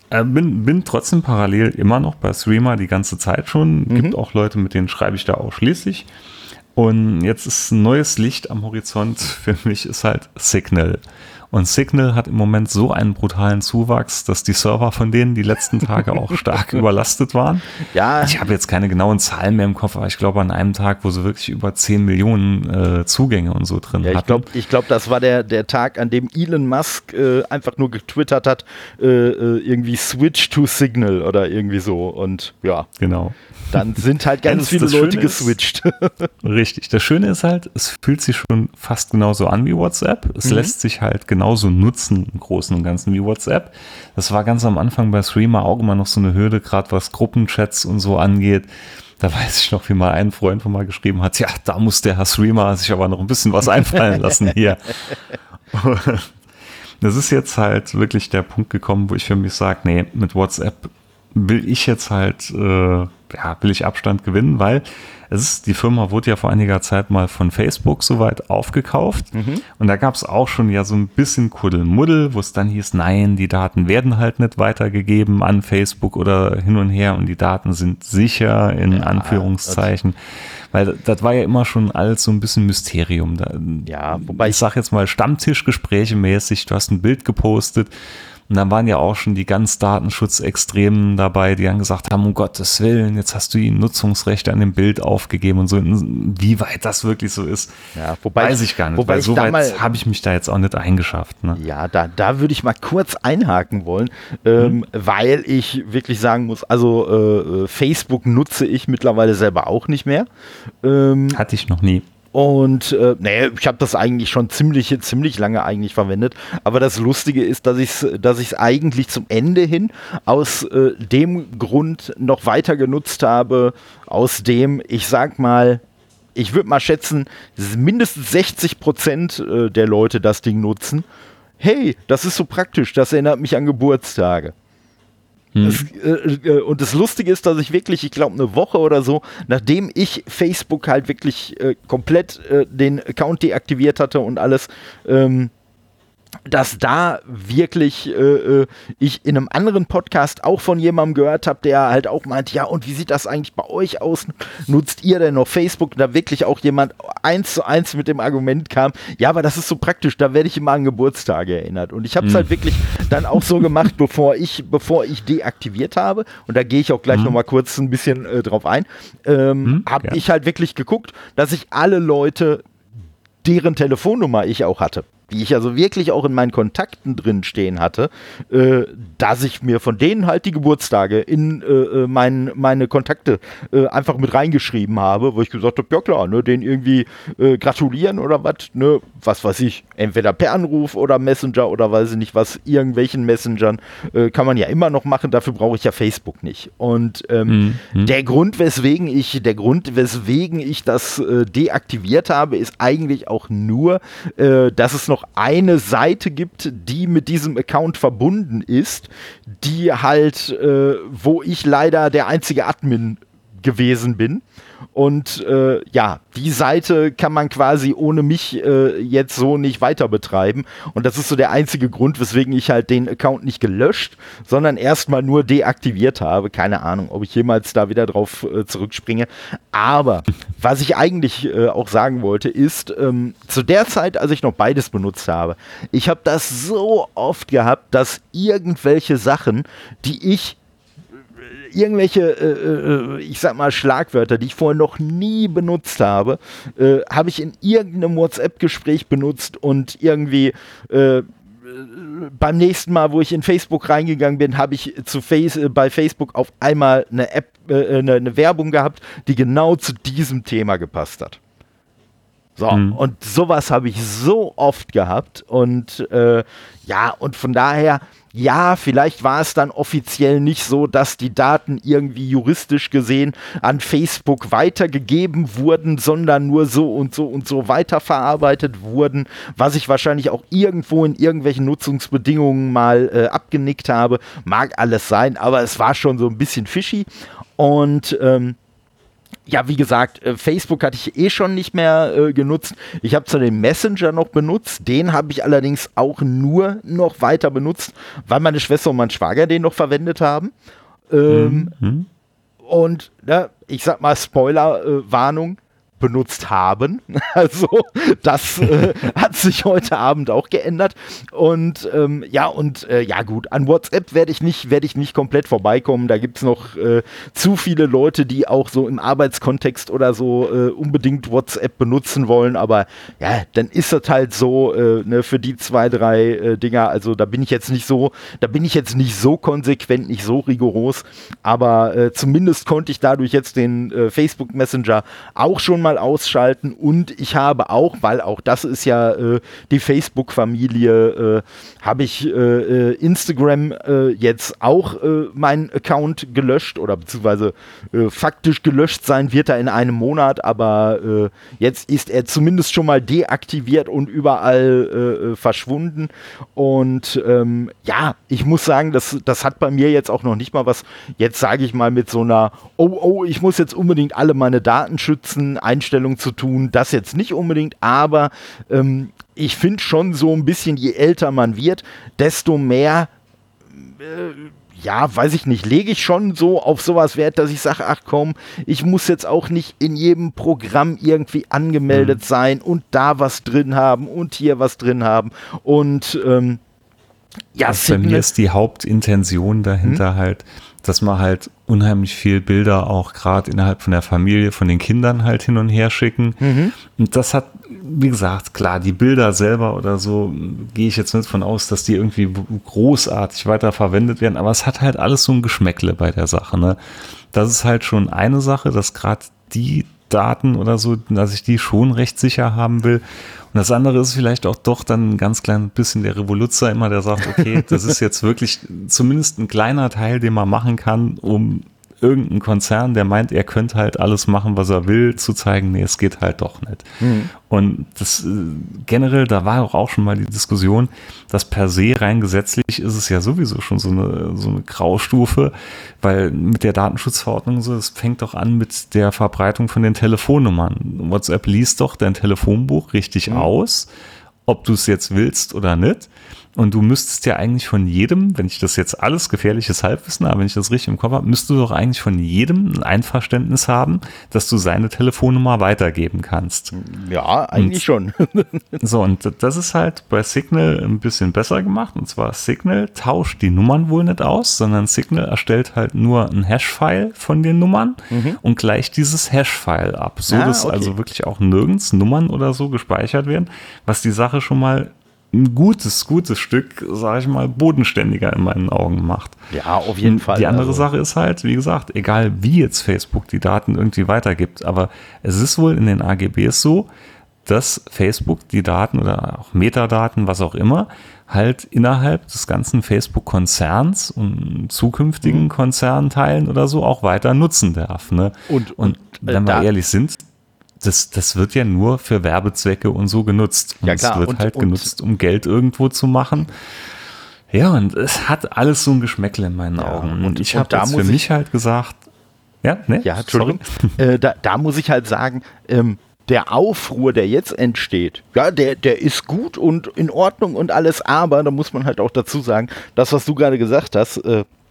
bin trotzdem parallel immer noch bei Threema die ganze Zeit schon. Gibt auch Leute, mit denen schreibe ich da ausschließlich. Und jetzt ist ein neues Licht am Horizont für mich, ist halt Signal. Und Signal hat im Moment so einen brutalen Zuwachs, dass die Server von denen die letzten Tage auch stark überlastet waren. Ja. Ich habe jetzt keine genauen Zahlen mehr im Kopf, aber ich glaube an einem Tag, wo sie wirklich über 10 Millionen Zugänge und so drin hatten. Ich glaube, das war der Tag, an dem Elon Musk einfach nur getwittert hat, irgendwie Switch to Signal oder irgendwie so. Und ja. Genau. Dann sind halt ganz viele Leute geswitcht. Richtig. Das Schöne ist halt, es fühlt sich schon fast genauso an wie WhatsApp. Es lässt sich halt genauso nutzen im Großen und Ganzen wie WhatsApp. Das war ganz am Anfang bei Threema auch immer noch so eine Hürde, gerade was Gruppenchats und so angeht. Da weiß ich noch, wie mal ein Freund von mal geschrieben hat, ja, da muss der Herr Threema sich aber noch ein bisschen was einfallen lassen hier. Das ist jetzt halt wirklich der Punkt gekommen, wo ich für mich sage, nee, mit WhatsApp will ich jetzt halt will ich Abstand gewinnen, weil die Firma wurde ja vor einiger Zeit mal von Facebook soweit aufgekauft und da gab es auch schon ja so ein bisschen Kuddelmuddel, wo es dann hieß, nein, die Daten werden halt nicht weitergegeben an Facebook oder hin und her und die Daten sind sicher in Anführungszeichen, weil das war ja immer schon alles so ein bisschen Mysterium. Wobei ich sage jetzt mal Stammtischgespräche mäßig, du hast ein Bild gepostet. Und dann waren ja auch schon die ganz Datenschutzextremen dabei, die dann gesagt haben, um Gottes Willen, jetzt hast du ihnen Nutzungsrechte an dem Bild aufgegeben und so. Wie weit das wirklich so ist, weiß ich gar nicht. Weil so weit habe ich mich da jetzt auch nicht eingeschafft. Ne? Ja, da würde ich mal kurz einhaken wollen, weil ich wirklich sagen muss, also Facebook nutze ich mittlerweile selber auch nicht mehr. Hatte ich noch nie. Und ich habe das eigentlich schon ziemlich lange eigentlich verwendet. Aber das Lustige ist, dass ich es eigentlich zum Ende hin aus dem Grund noch weiter genutzt habe, aus dem, ich sag mal, ich würde mal schätzen, mindestens 60% der Leute das Ding nutzen. Hey, das ist so praktisch, das erinnert mich an Geburtstage. Und das Lustige ist, dass ich wirklich, ich glaube eine Woche oder so, nachdem ich Facebook halt wirklich komplett den Account deaktiviert hatte und alles, dass da wirklich ich in einem anderen Podcast auch von jemandem gehört habe, der halt auch meint, ja, und wie sieht das eigentlich bei euch aus? Nutzt ihr denn noch Facebook? Und da wirklich auch jemand 1:1 mit dem Argument kam, ja, aber das ist so praktisch, da werde ich immer an Geburtstage erinnert. Und ich habe es halt wirklich dann auch so gemacht, bevor ich deaktiviert habe, und da gehe ich auch gleich nochmal kurz ein bisschen drauf ein, habe ich halt wirklich geguckt, dass ich alle Leute, deren Telefonnummer ich auch hatte, die ich also wirklich auch in meinen Kontakten drin stehen hatte, dass ich mir von denen halt die Geburtstage in meine Kontakte einfach mit reingeschrieben habe, wo ich gesagt habe, ja klar, ne, denen irgendwie gratulieren oder was weiß ich, entweder per Anruf oder Messenger oder weiß ich nicht was, irgendwelchen Messengern kann man ja immer noch machen, dafür brauche ich ja Facebook nicht. Und der Grund, weswegen ich das deaktiviert habe, ist eigentlich auch nur, dass es noch eine Seite gibt, die mit diesem Account verbunden ist, die halt, wo ich leider der einzige Admin gewesen bin. Und die Seite kann man quasi ohne mich jetzt so nicht weiter betreiben. Und das ist so der einzige Grund, weswegen ich halt den Account nicht gelöscht, sondern erstmal nur deaktiviert habe. Keine Ahnung, ob ich jemals da wieder drauf zurückspringe. Aber was ich eigentlich auch sagen wollte, ist, zu der Zeit, als ich noch beides benutzt habe, ich habe das so oft gehabt, dass irgendwelche Sachen, ich sag mal Schlagwörter, die ich vorher noch nie benutzt habe, habe ich in irgendeinem WhatsApp-Gespräch benutzt und irgendwie beim nächsten Mal, wo ich in Facebook reingegangen bin, habe ich bei Facebook auf einmal eine App, eine Werbung gehabt, die genau zu diesem Thema gepasst hat. So, und sowas habe ich so oft gehabt und und von daher, ja, vielleicht war es dann offiziell nicht so, dass die Daten irgendwie juristisch gesehen an Facebook weitergegeben wurden, sondern nur so und so und so weiterverarbeitet wurden, was ich wahrscheinlich auch irgendwo in irgendwelchen Nutzungsbedingungen mal abgenickt habe. Mag alles sein, aber es war schon so ein bisschen fishy und wie gesagt, Facebook hatte ich schon nicht mehr genutzt. Ich habe zwar den Messenger noch benutzt, den habe ich allerdings auch nur noch weiter benutzt, weil meine Schwester und mein Schwager den noch verwendet haben. Und ich sag mal Spoiler-Warnung, benutzt haben. Also das hat sich heute Abend auch geändert. Und gut, an WhatsApp werde ich nicht komplett vorbeikommen. Da gibt es noch zu viele Leute, die auch so im Arbeitskontext oder so unbedingt WhatsApp benutzen wollen. Aber ja, dann ist das halt so für die 2, 3 Dinger. Also da bin ich jetzt nicht so konsequent, nicht so rigoros. Aber zumindest konnte ich dadurch jetzt den Facebook Messenger auch schon mal ausschalten und ich habe auch, weil auch das ist ja die Facebook-Familie, habe ich Instagram jetzt auch meinen Account gelöscht oder beziehungsweise faktisch gelöscht sein wird er in einem Monat, aber jetzt ist er zumindest schon mal deaktiviert und überall verschwunden und ich muss sagen, das hat bei mir jetzt auch noch nicht mal was, jetzt sage ich mal mit so einer ich muss jetzt unbedingt alle meine Daten schützen, Einstellung zu tun, das jetzt nicht unbedingt, aber ich finde schon so ein bisschen, je älter man wird, desto mehr, weiß ich nicht, lege ich schon so auf sowas Wert, dass ich sage, ach komm, ich muss jetzt auch nicht in jedem Programm irgendwie angemeldet sein und da was drin haben und hier was drin haben und bei mir ist die Hauptintention dahinter halt, dass man halt unheimlich viel Bilder auch gerade innerhalb von der Familie, von den Kindern halt hin und her schicken. Und das hat, wie gesagt, klar, die Bilder selber oder so, gehe ich jetzt nicht von aus, dass die irgendwie großartig weiterverwendet werden, aber es hat halt alles so ein Geschmäckle bei der Sache, ne? Das ist halt schon eine Sache, dass gerade die Daten oder so, dass ich die schon recht sicher haben will. Und das andere ist vielleicht auch doch dann ein ganz klein bisschen der Revoluzzer immer, der sagt, okay, das ist jetzt wirklich zumindest ein kleiner Teil, den man machen kann, um irgendeinen Konzern, der meint, er könnte halt alles machen, was er will, zu zeigen, nee, es geht halt doch nicht. Und das generell, da war auch schon mal die Diskussion, dass per se rein gesetzlich ist es ja sowieso schon so eine Graustufe, weil mit der Datenschutzverordnung so, es fängt doch an mit der Verbreitung von den Telefonnummern. WhatsApp liest doch dein Telefonbuch richtig aus, ob du es jetzt willst oder nicht. Und du müsstest ja eigentlich von jedem, wenn ich das jetzt alles gefährliches Halbwissen habe, wenn ich das richtig im Kopf habe, müsstest du doch eigentlich von jedem ein Einverständnis haben, dass du seine Telefonnummer weitergeben kannst. Ja, eigentlich schon. So, und das ist halt bei Signal ein bisschen besser gemacht. Und zwar Signal tauscht die Nummern wohl nicht aus, sondern Signal erstellt halt nur ein Hash-File von den Nummern und gleicht dieses Hash-File ab, so dass also wirklich auch nirgends Nummern oder so gespeichert werden, was die Sache schon mal ein gutes Stück, sage ich mal, bodenständiger in meinen Augen macht. Ja, auf jeden Fall. Die andere Sache ist halt, wie gesagt, egal wie jetzt Facebook die Daten irgendwie weitergibt, aber es ist wohl in den AGBs so, dass Facebook die Daten oder auch Metadaten, was auch immer, halt innerhalb des ganzen Facebook-Konzerns und zukünftigen Konzernteilen oder so auch weiter nutzen darf. Ne? Und wenn wir ehrlich sind, das wird ja nur für Werbezwecke und so genutzt. Und es wird genutzt, um Geld irgendwo zu machen. Ja, und es hat alles so ein Geschmäckle in meinen Augen. Und ich habe jetzt für mich halt gesagt, Ja, ne? Ja, Entschuldigung. Da muss ich halt sagen, der Aufruhr, der jetzt entsteht, ja, der ist gut und in Ordnung und alles, aber da muss man halt auch dazu sagen, das, was du gerade gesagt hast,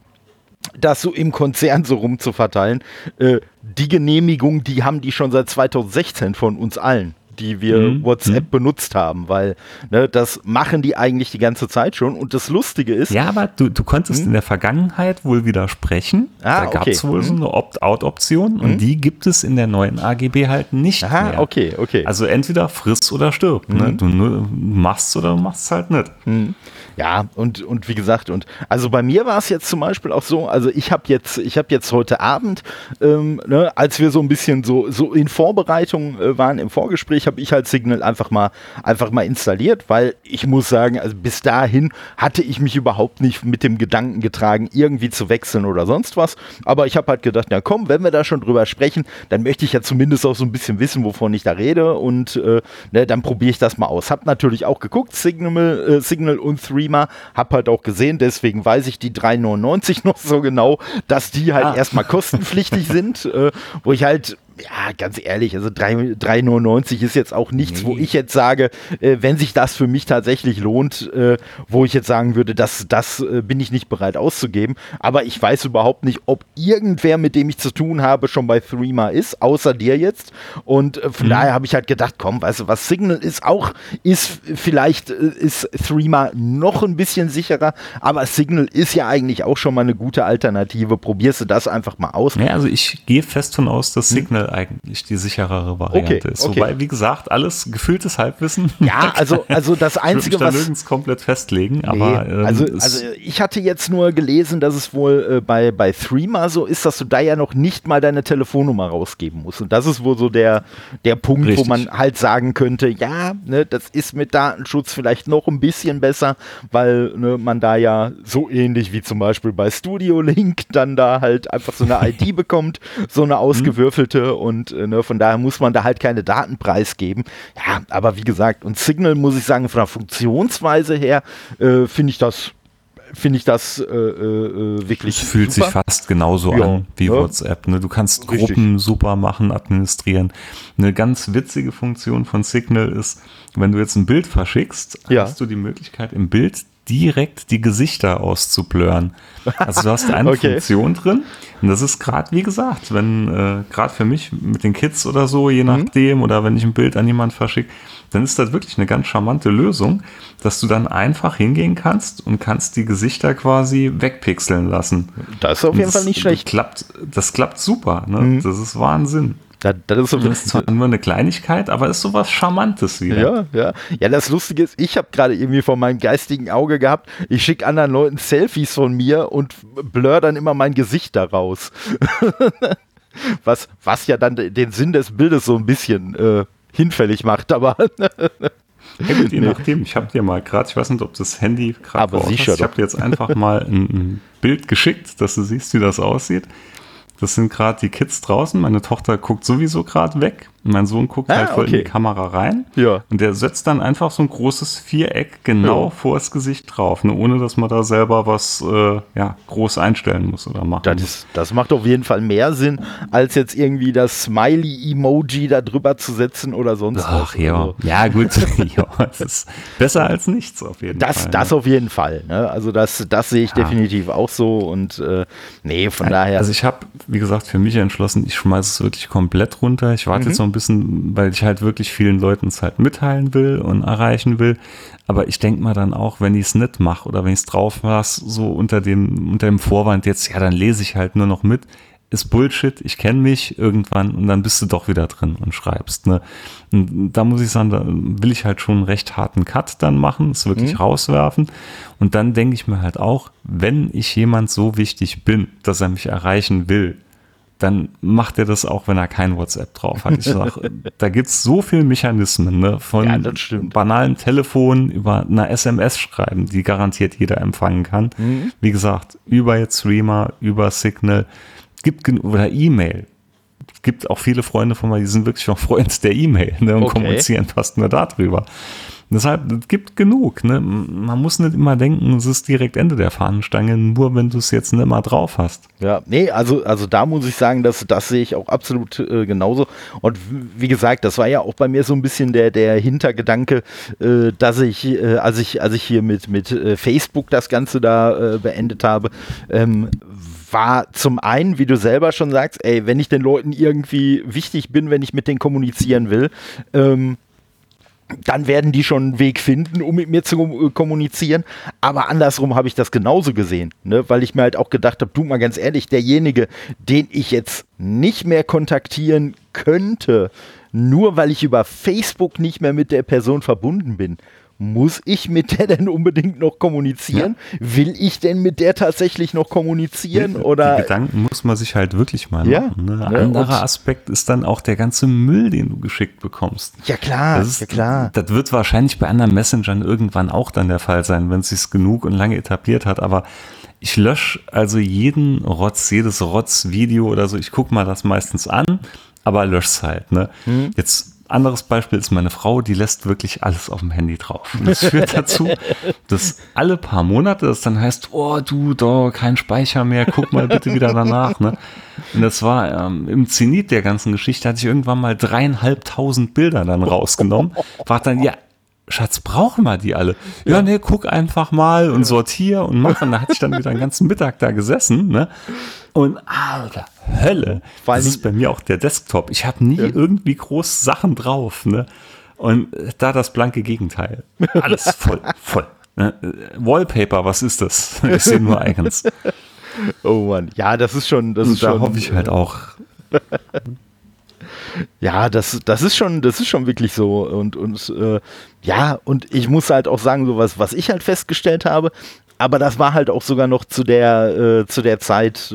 das so im Konzern so rumzuverteilen, die Genehmigung, die haben die schon seit 2016 von uns allen, die wir WhatsApp benutzt haben, weil das machen die eigentlich die ganze Zeit schon und das Lustige ist... Ja, aber du konntest in der Vergangenheit wohl widersprechen, da gab es wohl so eine Opt-out-Option und die gibt es in der neuen AGB halt nicht mehr. Okay. Also entweder friss oder stirb, ne? Du machst oder du machst es halt nicht. Ja, und wie gesagt, und also bei mir war es jetzt zum Beispiel auch so, also ich habe jetzt heute Abend, als wir so ein bisschen so in Vorbereitung waren im Vorgespräch, habe ich halt Signal einfach mal installiert, weil ich muss sagen, also bis dahin hatte ich mich überhaupt nicht mit dem Gedanken getragen, irgendwie zu wechseln oder sonst was, aber ich habe halt gedacht, na komm, wenn wir da schon drüber sprechen, dann möchte ich ja zumindest auch so ein bisschen wissen, wovon ich da rede und dann probiere ich das mal aus. Hab natürlich auch geguckt, Signal und Threema, hab halt auch gesehen, deswegen weiß ich die 3,99 noch so genau, dass die halt erstmal kostenpflichtig sind, wo ich halt, ja, ganz ehrlich, also 3,99 ist jetzt auch nichts, wo ich jetzt sage, wenn sich das für mich tatsächlich lohnt, wo ich jetzt sagen würde, das bin ich nicht bereit auszugeben. Aber ich weiß überhaupt nicht, ob irgendwer, mit dem ich zu tun habe, schon bei Threema ist, außer dir jetzt. Und von daher habe ich halt gedacht, komm, weißt du, was Signal ist vielleicht ist Threema noch ein bisschen sicherer, aber Signal ist ja eigentlich auch schon mal eine gute Alternative. Probierst du das einfach mal aus. Ja, also ich gehe fest von aus, dass Signal eigentlich die sicherere Variante ist. Wobei, wie gesagt, alles gefühltes Halbwissen. Ja, also das Einzige, was... Ich nirgends komplett festlegen, aber... Also ich hatte jetzt nur gelesen, dass es wohl bei Threema so ist, dass du da ja noch nicht mal deine Telefonnummer rausgeben musst. Und das ist wohl so der Punkt, richtig, wo man halt sagen könnte, ja, das ist mit Datenschutz vielleicht noch ein bisschen besser, weil man da ja so ähnlich wie zum Beispiel bei Studio Link dann da halt einfach so eine ID bekommt, so eine ausgewürfelte und von daher muss man da halt keine Daten preisgeben. Ja, aber wie gesagt, und Signal, muss ich sagen, von der Funktionsweise her finde ich das wirklich. Es fühlt super. Sich fast genauso an wie WhatsApp. Ne? Du kannst Gruppen super machen, administrieren. Eine ganz witzige Funktion von Signal ist, wenn du jetzt ein Bild verschickst, hast du die Möglichkeit, im Bild direkt die Gesichter auszublurren. Also du hast eine Funktion drin und das ist gerade, wie gesagt, wenn gerade für mich mit den Kids oder so, je nachdem, oder wenn ich ein Bild an jemanden verschicke, dann ist das wirklich eine ganz charmante Lösung, dass du dann einfach hingehen kannst und kannst die Gesichter quasi wegpixeln lassen. Das ist auf jeden Fall nicht schlecht. Das klappt super, ne? Das ist Wahnsinn. Das ist zwar nur eine Kleinigkeit, aber ist sowas Charmantes wieder. Ja, das Lustige ist, ich habe gerade irgendwie vor meinem geistigen Auge gehabt, ich schicke anderen Leuten Selfies von mir und blur dann immer mein Gesicht da raus. was ja dann den Sinn des Bildes so ein bisschen hinfällig macht, aber... Ja gut, je nachdem. Ich habe dir mal gerade, ich weiß nicht, ob das Handy gerade war, ich habe dir jetzt einfach mal ein Bild geschickt, dass du siehst, wie das aussieht. Das sind gerade die Kids draußen. Meine Tochter guckt sowieso gerade weg. Mein Sohn guckt halt voll in die Kamera rein. Ja. Und der setzt dann einfach so ein großes Viereck genau vor das Gesicht drauf, ne, ohne dass man da selber was groß einstellen muss oder machen muss. Das macht auf jeden Fall mehr Sinn, als jetzt irgendwie das Smiley-Emoji da drüber zu setzen oder sonst was. Ach ja, ja gut. Das ist besser als nichts auf jeden Fall. Das auf jeden Fall. Ne? Also das sehe ich definitiv auch so und von daher. Also ich habe, wie gesagt, für mich entschlossen, ich schmeiße es wirklich komplett runter. Ich warte jetzt noch ein bisschen, weil ich halt wirklich vielen Leuten es halt mitteilen will und erreichen will. Aber ich denke mal dann auch, wenn ich es nicht mache oder wenn ich es drauf lasse, so unter dem Vorwand jetzt, ja, dann lese ich halt nur noch mit, ist Bullshit, ich kenne mich irgendwann und dann bist du doch wieder drin und schreibst. Ne? Und da muss ich sagen, da will ich halt schon einen recht harten Cut dann machen, es wirklich rauswerfen. Und dann denke ich mir halt auch, wenn ich jemand so wichtig bin, dass er mich erreichen will, dann macht er das auch, wenn er kein WhatsApp drauf hat. Ich sage, da gibt es so viele Mechanismen, ne? Von banalen Telefon über eine SMS schreiben, die garantiert jeder empfangen kann. Wie gesagt, über jetzt Threema, über Signal, oder E-Mail. Es gibt auch viele Freunde von mir, die sind wirklich noch Freunde der E-Mail, ne, und kommunizieren fast nur darüber. Deshalb, es gibt genug. Ne? Man muss nicht immer denken, es ist direkt Ende der Fahnenstange, nur wenn du es jetzt nicht mal drauf hast. Ja, nee, also da muss ich sagen, das sehe ich auch absolut genauso. Und wie gesagt, das war ja auch bei mir so ein bisschen der Hintergedanke, dass ich, als ich hier mit Facebook das Ganze da beendet habe, war zum einen, wie du selber schon sagst, ey, wenn ich den Leuten irgendwie wichtig bin, wenn ich mit denen kommunizieren will, dann werden die schon einen Weg finden, um mit mir zu kommunizieren. Aber andersrum habe ich das genauso gesehen, ne? Weil ich mir halt auch gedacht habe, du, mal ganz ehrlich, derjenige, den ich jetzt nicht mehr kontaktieren könnte, nur weil ich über Facebook nicht mehr mit der Person verbunden bin, muss ich mit der denn unbedingt noch kommunizieren? Ja. Will ich denn mit der tatsächlich noch kommunizieren? Oder? Die Gedanken muss man sich halt wirklich mal machen. Ne? Ein anderer Aspekt ist dann auch der ganze Müll, den du geschickt bekommst. Ja klar, Das wird wahrscheinlich bei anderen Messengern irgendwann auch dann der Fall sein, wenn es sich genug und lange etabliert hat. Aber ich lösche also jeden Rotz, jedes Rotz-Video oder so. Ich gucke mal das meistens an, aber lösche es halt. Ne? Jetzt anderes Beispiel ist meine Frau, die lässt wirklich alles auf dem Handy drauf. Und das führt dazu, dass alle paar Monate das dann heißt, oh du, da kein Speicher mehr, guck mal bitte wieder danach. Ne? Und das war im Zenit der ganzen Geschichte, hatte ich irgendwann mal 3.500 Bilder dann rausgenommen. War dann, ja, Schatz, brauchen wir die alle? Ja, nee, guck einfach mal und sortier und mach. Und da hatte ich dann wieder den ganzen Mittag da gesessen, ne? Und alter, Hölle. Das ist bei mir auch der Desktop. Ich habe nie irgendwie groß Sachen drauf, ne? Und da das blanke Gegenteil. Alles voll. Ne? Wallpaper, was ist das? Ich sehe nur Icons. Oh Mann, ja, das ist schon. Da hoffe ich halt auch. Ja, das ist schon wirklich so und ich muss halt auch sagen, sowas, was ich halt festgestellt habe, aber das war halt auch sogar noch zu der Zeit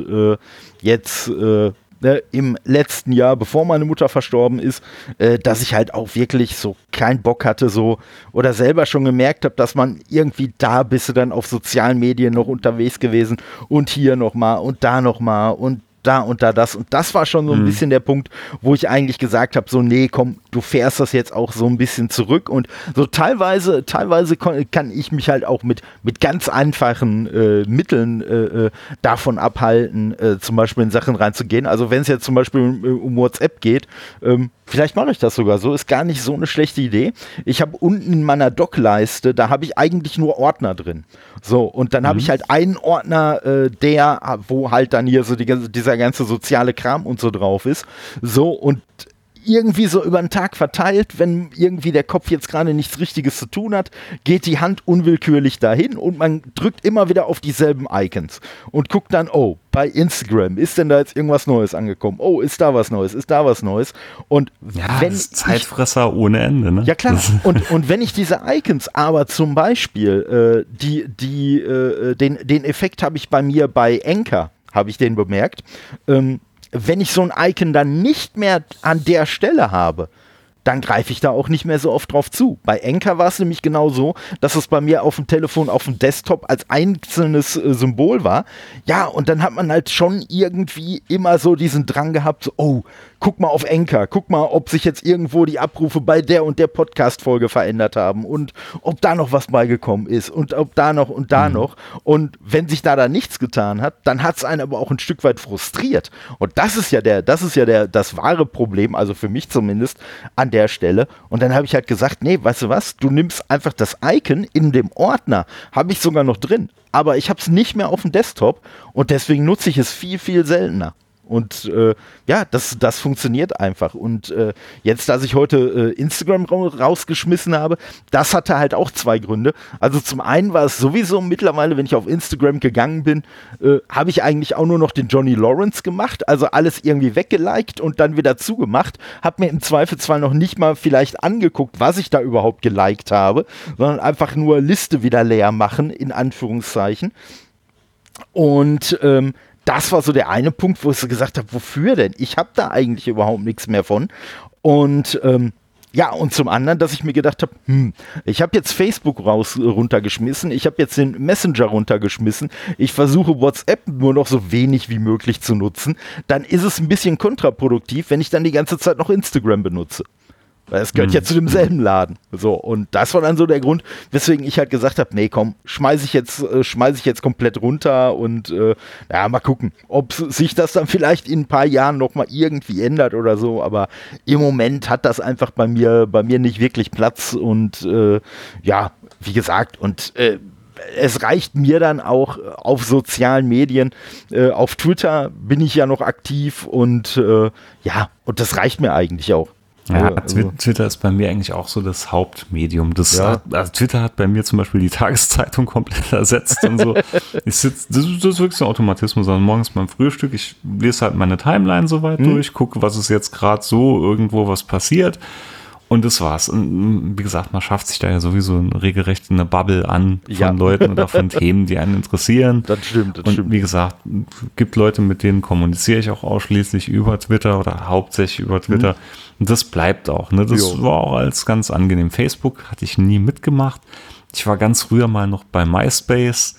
im letzten Jahr, bevor meine Mutter verstorben ist, dass ich halt auch wirklich so keinen Bock hatte, so oder selber schon gemerkt habe, dass man irgendwie da bist du dann auf sozialen Medien noch unterwegs gewesen und hier nochmal und da nochmal und da und da das. Und das war schon so ein bisschen der Punkt, wo ich eigentlich gesagt habe, so nee, komm, du fährst das jetzt auch so ein bisschen zurück. Und so teilweise kann ich mich halt auch mit ganz einfachen Mitteln davon abhalten, zum Beispiel in Sachen reinzugehen. Also wenn es jetzt zum Beispiel um WhatsApp geht, vielleicht mache ich das sogar so, ist gar nicht so eine schlechte Idee. Ich habe unten in meiner Doc-Leiste, da habe ich eigentlich nur Ordner drin. So, und dann habe ich halt einen Ordner, wo halt dann hier so dieser ganze soziale Kram und so drauf ist. So, und irgendwie so über den Tag verteilt, wenn irgendwie der Kopf jetzt gerade nichts Richtiges zu tun hat, geht die Hand unwillkürlich dahin und man drückt immer wieder auf dieselben Icons und guckt dann, oh, bei Instagram, ist denn da jetzt irgendwas Neues angekommen? Oh, ist da was Neues? Ist da was Neues? Und ja, wenn das ist Zeitfresser ohne Ende, ne? Ja klar, und wenn ich diese Icons aber zum Beispiel, den Effekt habe ich bei mir bei Anchor, habe ich den bemerkt, wenn ich so ein Icon dann nicht mehr an der Stelle habe, dann greife ich da auch nicht mehr so oft drauf zu. Bei Anchor war es nämlich genau so, dass es bei mir auf dem Telefon, auf dem Desktop als einzelnes Symbol war. Ja, und dann hat man halt schon irgendwie immer so diesen Drang gehabt, so, oh, guck mal auf Anchor, guck mal, ob sich jetzt irgendwo die Abrufe bei der und der Podcast-Folge verändert haben und ob da noch was beigekommen ist und ob da noch und da noch. Und wenn sich da nichts getan hat, dann hat es einen aber auch ein Stück weit frustriert. Und das ist ja das wahre Problem, also für mich zumindest, an der Stelle. Und dann habe ich halt gesagt, nee, weißt du was, du nimmst einfach das Icon in dem Ordner, habe ich sogar noch drin, aber ich habe es nicht mehr auf dem Desktop und deswegen nutze ich es viel, viel seltener. Und das funktioniert einfach. Und jetzt, dass ich heute Instagram rausgeschmissen habe, das hatte halt auch zwei Gründe. Also zum einen war es sowieso mittlerweile, wenn ich auf Instagram gegangen bin, habe ich eigentlich auch nur noch den Johnny Lawrence gemacht, also alles irgendwie weggeliked und dann wieder zugemacht, habe mir im Zweifelsfall noch nicht mal vielleicht angeguckt, was ich da überhaupt geliked habe, sondern einfach nur Liste wieder leer machen, in Anführungszeichen. Und das war so der eine Punkt, wo ich so gesagt habe, wofür denn? Ich habe da eigentlich überhaupt nichts mehr von. Und und zum anderen, dass ich mir gedacht habe, ich habe jetzt Facebook runtergeschmissen, ich habe jetzt den Messenger runtergeschmissen, ich versuche WhatsApp nur noch so wenig wie möglich zu nutzen, dann ist es ein bisschen kontraproduktiv, wenn ich dann die ganze Zeit noch Instagram benutze. Weil es gehört ja zu demselben Laden. So, und das war dann so der Grund, weswegen ich halt gesagt habe, nee, komm, schmeiß ich jetzt komplett runter und mal gucken, ob sich das dann vielleicht in ein paar Jahren nochmal irgendwie ändert oder so, aber im Moment hat das einfach bei mir nicht wirklich Platz und wie gesagt, und es reicht mir dann auch auf sozialen Medien, auf Twitter bin ich ja noch aktiv und und das reicht mir eigentlich auch. Ja, Twitter ist bei mir eigentlich auch so das Hauptmedium. Also Twitter hat bei mir zum Beispiel die Tageszeitung komplett ersetzt und so. Das ist wirklich so ein Automatismus. Also morgens beim Frühstück, ich lese halt meine Timeline soweit durch, gucke, was ist jetzt gerade so irgendwo was passiert. Und das war's. Und wie gesagt, man schafft sich da ja sowieso regelrecht eine Bubble an von Leuten oder von Themen, die einen interessieren. Das stimmt. Wie gesagt, gibt Leute, mit denen kommuniziere ich auch ausschließlich über Twitter oder hauptsächlich über Twitter. Und das bleibt auch. Ne? Das war auch alles ganz angenehm. Facebook hatte ich nie mitgemacht. Ich war ganz früher mal noch bei MySpace.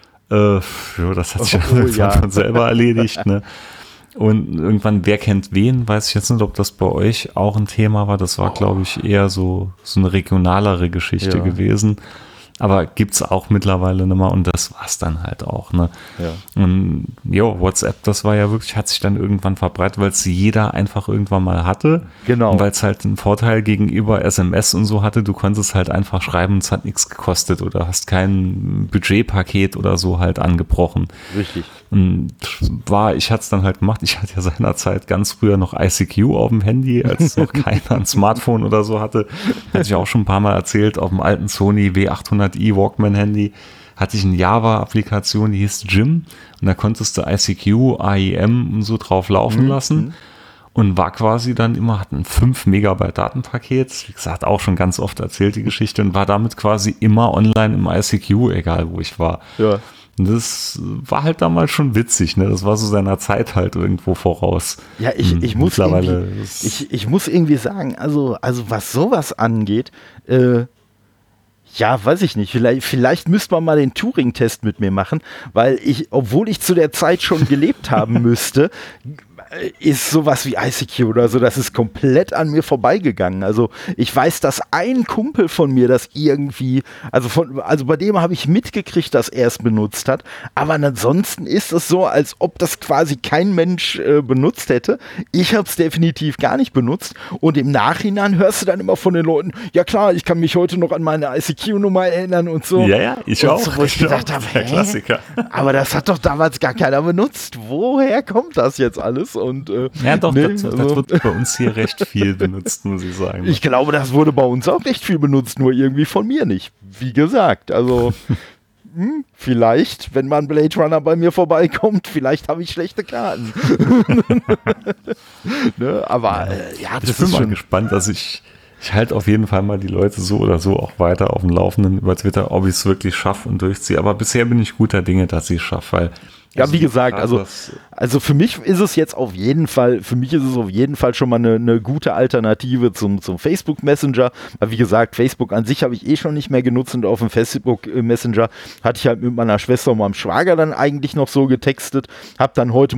Das hat sich von selber erledigt. Ne? Und irgendwann, wer kennt wen, weiß ich jetzt nicht, ob das bei euch auch ein Thema war. Das war, glaube ich, eher so eine regionalere Geschichte gewesen. Aber gibt's auch mittlerweile nicht mehr und das war's dann halt auch. Ne? Ja. Und WhatsApp, das war ja wirklich, hat sich dann irgendwann verbreitet, weil es jeder einfach irgendwann mal hatte. Genau. Und weil es halt einen Vorteil gegenüber SMS und so hatte, du konntest halt einfach schreiben, es hat nichts gekostet oder hast kein Budgetpaket oder so halt angebrochen. Richtig. Und ich hatte es dann halt gemacht, ich hatte ja seinerzeit ganz früher noch ICQ auf dem Handy, als noch keiner ein Smartphone oder so hatte. Hatte ich auch schon ein paar Mal erzählt, auf dem alten Sony W800i Walkman-Handy hatte ich eine Java-Applikation, die hieß Jim und da konntest du ICQ, AIM und so drauf laufen lassen und war quasi dann immer, hat ein 5 Megabyte Datenpaket, wie gesagt, auch schon ganz oft erzählt die Geschichte und war damit quasi immer online im ICQ, egal wo ich war. Ja. Und das war halt damals schon witzig, ne? Das war so seiner Zeit halt irgendwo voraus. Ja, ich muss irgendwie sagen, also was sowas angeht, weiß ich nicht. Vielleicht müsste man mal den Turing-Test mit mir machen, weil obwohl ich zu der Zeit schon gelebt haben müsste, ist sowas wie ICQ oder so, das ist komplett an mir vorbeigegangen. Also ich weiß, dass ein Kumpel von mir das irgendwie, also bei dem habe ich mitgekriegt, dass er es benutzt hat, aber ansonsten ist es so, als ob das quasi kein Mensch benutzt hätte. Ich habe es definitiv gar nicht benutzt und im Nachhinein hörst du dann immer von den Leuten, ja klar, ich kann mich heute noch an meine ICQ-Nummer erinnern und so. Ja, ich auch. So, wo ich gedacht habe, Klassiker. Aber das hat doch damals gar keiner benutzt. Woher kommt das jetzt alles? Und, das wird bei uns hier recht viel benutzt, muss ich sagen. Ich glaube, das wurde bei uns auch recht viel benutzt, nur irgendwie von mir nicht. Wie gesagt, also vielleicht, wenn mal ein Blade Runner bei mir vorbeikommt, vielleicht habe ich schlechte Karten. Ne? Aber ich bin mal gespannt, dass ich halte auf jeden Fall mal die Leute so oder so auch weiter auf dem Laufenden über Twitter, ob ich es wirklich schaffe und durchziehe. Aber bisher bin ich guter Dinge, dass ich es schaffe, weil wie gesagt, also für mich ist es jetzt auf jeden Fall, schon mal eine gute Alternative zum Facebook Messenger. Weil wie gesagt, Facebook an sich habe ich schon nicht mehr genutzt und auf dem Facebook Messenger hatte ich halt mit meiner Schwester und meinem Schwager dann eigentlich noch so getextet. Hab dann heute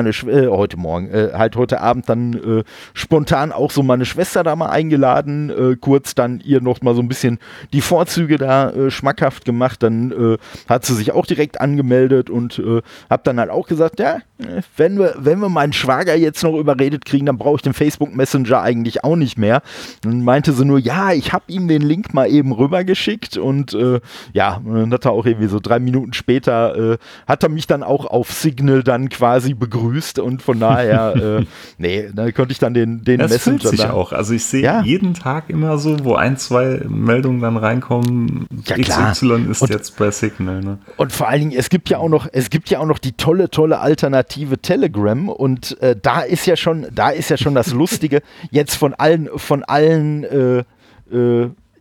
Abend dann spontan auch so meine Schwester da mal eingeladen, kurz dann ihr noch mal so ein bisschen die Vorzüge da schmackhaft gemacht. Dann hat sie sich auch direkt angemeldet und hab dann halt auch gesagt, ja, wenn wir meinen Schwager jetzt noch überredet kriegen, dann brauche ich den Facebook Messenger eigentlich auch nicht mehr. Dann meinte sie nur, ja, ich habe ihm den Link mal eben rübergeschickt und dann hat er auch irgendwie so 3 Minuten später, hat er mich dann auch auf Signal dann quasi begrüßt und von daher, da konnte ich dann den das Messenger. Das fühlt sich auch, also ich sehe jeden Tag immer so, wo 1, 2 Meldungen dann reinkommen, XY ist jetzt bei Signal. Ne? Und vor allen Dingen, es gibt ja auch noch die tolle Alternative Telegram und da ist ja schon das Lustige jetzt von allen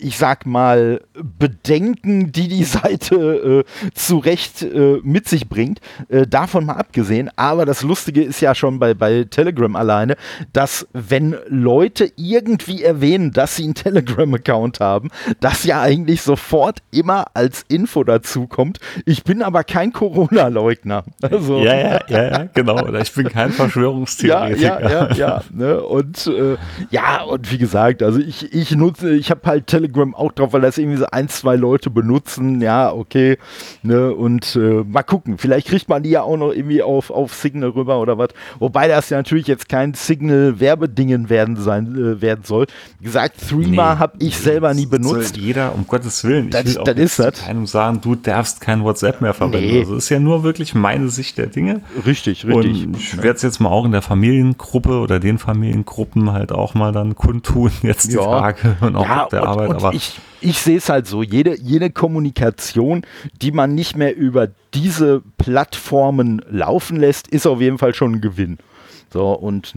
ich sag mal, Bedenken, die Seite zu Recht mit sich bringt. Davon mal abgesehen. Aber das Lustige ist ja schon bei Telegram alleine, dass wenn Leute irgendwie erwähnen, dass sie einen Telegram-Account haben, das ja eigentlich sofort immer als Info dazu kommt. Ich bin aber kein Corona-Leugner. Also, ja, genau. Oder ich bin kein Verschwörungstheoretiker. Ja. Ne? Und und wie gesagt, also ich habe halt Telegram auch drauf, weil das irgendwie so 1-2 Leute benutzen. Ja, okay. Ne? Und mal gucken. Vielleicht kriegt man die ja auch noch irgendwie auf Signal rüber oder was. Wobei das ja natürlich jetzt kein Signal-Werbedingen werden soll. Wie gesagt, Threema habe ich selber nie benutzt. Soll jeder, um Gottes Willen. Das ist das. Keinem sagen, du darfst kein WhatsApp mehr verwenden. Nee. Also das ist ja nur wirklich meine Sicht der Dinge. Richtig. Und ich werde es jetzt mal auch in der Familiengruppe oder den Familiengruppen halt auch mal dann kundtun, jetzt die Tage und auch auf der Arbeit. Aber ich sehe es halt so, jede Kommunikation, die man nicht mehr über diese Plattformen laufen lässt, ist auf jeden Fall schon ein Gewinn. So, und